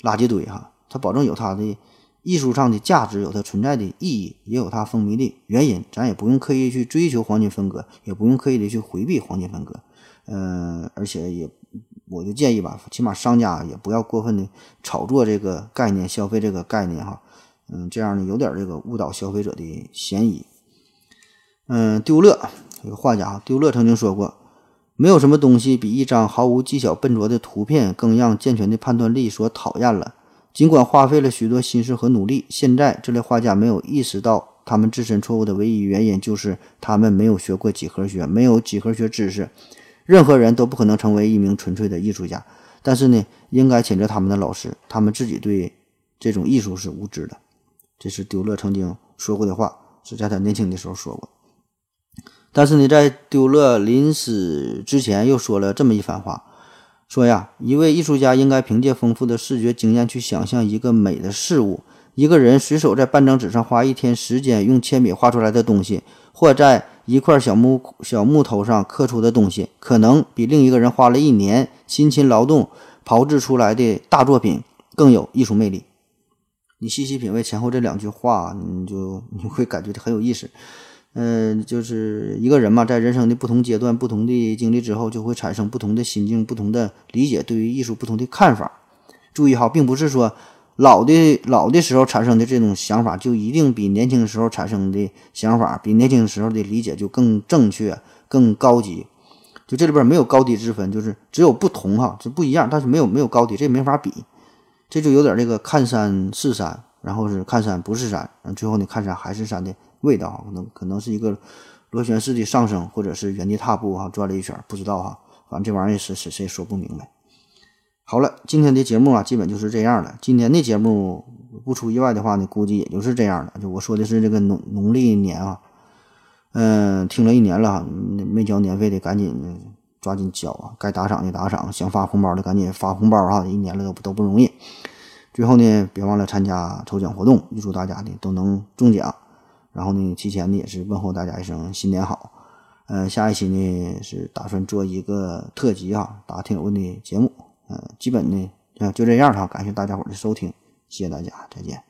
垃圾堆哈，它保证有它的艺术上的价值，有它存在的意义，也有它风靡的原因，咱也不用刻意去追求黄金分割，也不用刻意的去回避黄金分割。嗯、呃，而且也我就建议吧，起码商家也不要过分的炒作这个概念，消费这个概念哈，嗯，这样呢有点这个误导消费者的嫌疑。嗯，丢勒有个画家丢勒曾经说过，没有什么东西比一张毫无技巧笨拙的图片更让健全的判断力所讨厌了。尽管花费了许多心思和努力，现在这类画家没有意识到他们自身错误的唯一原因就是他们没有学过几何学，没有几何学知识。任何人都不可能成为一名纯粹的艺术家，但是呢，应该谴责他们的老师，他们自己对这种艺术是无知的。这是丢勒曾经说过的话，是在他年轻的时候说过。但是呢，在丢勒临死之前又说了这么一番话，说呀，一位艺术家应该凭借丰富的视觉经验去想象一个美的事物。一个人随手在半张纸上花一天时间用铅笔画出来的东西，或在一块小木小木头上刻出的东西，可能比另一个人花了一年辛勤劳动炮制出来的大作品更有艺术魅力。你细细品味前后这两句话，你就你会感觉很有意思。嗯、呃，就是一个人嘛，在人生的不同阶段、不同的经历之后，就会产生不同的心境、不同的理解，对于艺术不同的看法。注意哈，并不是说老的老的时候产生的这种想法就一定比年轻的时候产生的想法，比年轻的时候的理解就更正确、更高级。就这里边没有高低之分，就是只有不同哈，就不一样，但是没有没有高低，这没法比。这就有点这个看山是山，然后是看山不是山，最后你看山还是山的味道，可能可能是一个螺旋式的上升，或者是原地踏步哈，转了一圈，不知道哈，反正这玩意儿是是谁说不明白。好了，今天的节目啊，基本就是这样了。今天的节目不出意外的话呢，估计也就是这样了。就我说的是这个农农历年啊，嗯，听了一年了，没交年费的赶紧抓紧交啊，该打赏的打赏，想发红包的赶紧发红包啊，一年了都都不容易。最后呢，别忘了参加抽奖活动，预祝大家呢都能中奖。然后呢，提前呢也是问候大家一声新年好。呃，下一期呢是打算做一个特辑啊，大家听友问的节目。呃，基本呢呃就这样哈，感谢大家伙的收听，谢谢大家，再见。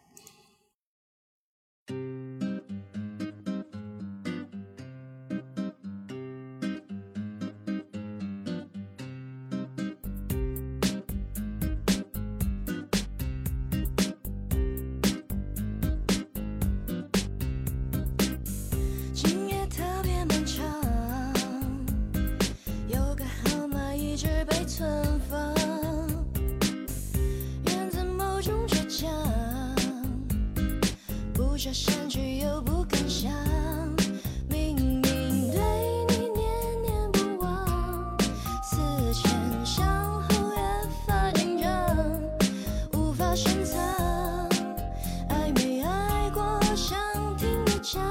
这山去又不敢想，明明对你念念不忘，思前想后越发紧张，无法深藏，爱没爱过想听你讲，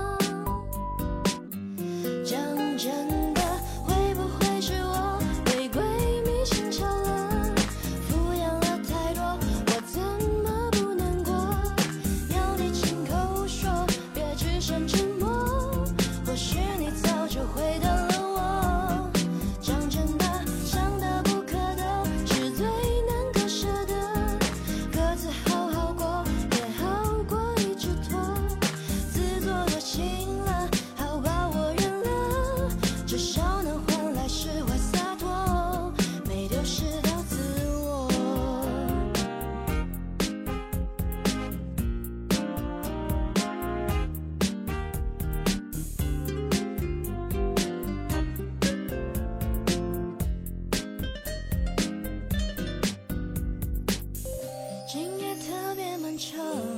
讲真的会不会是我对闺蜜心窍了，敷衍了太多，我怎么不难过，要你亲口说，别只剩沉默，或许你早就回答了我，讲真的伤得不可得，是最难割舍的，各自好好过也好过一直拖，自作多情了，好把我原谅，至少能换来释怀洒脱，没丢失到自我。今夜特别漫长，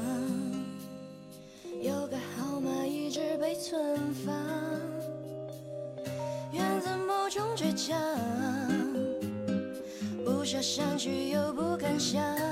有个号码一直被存放，源自某种倔强，不舍删去又不敢想。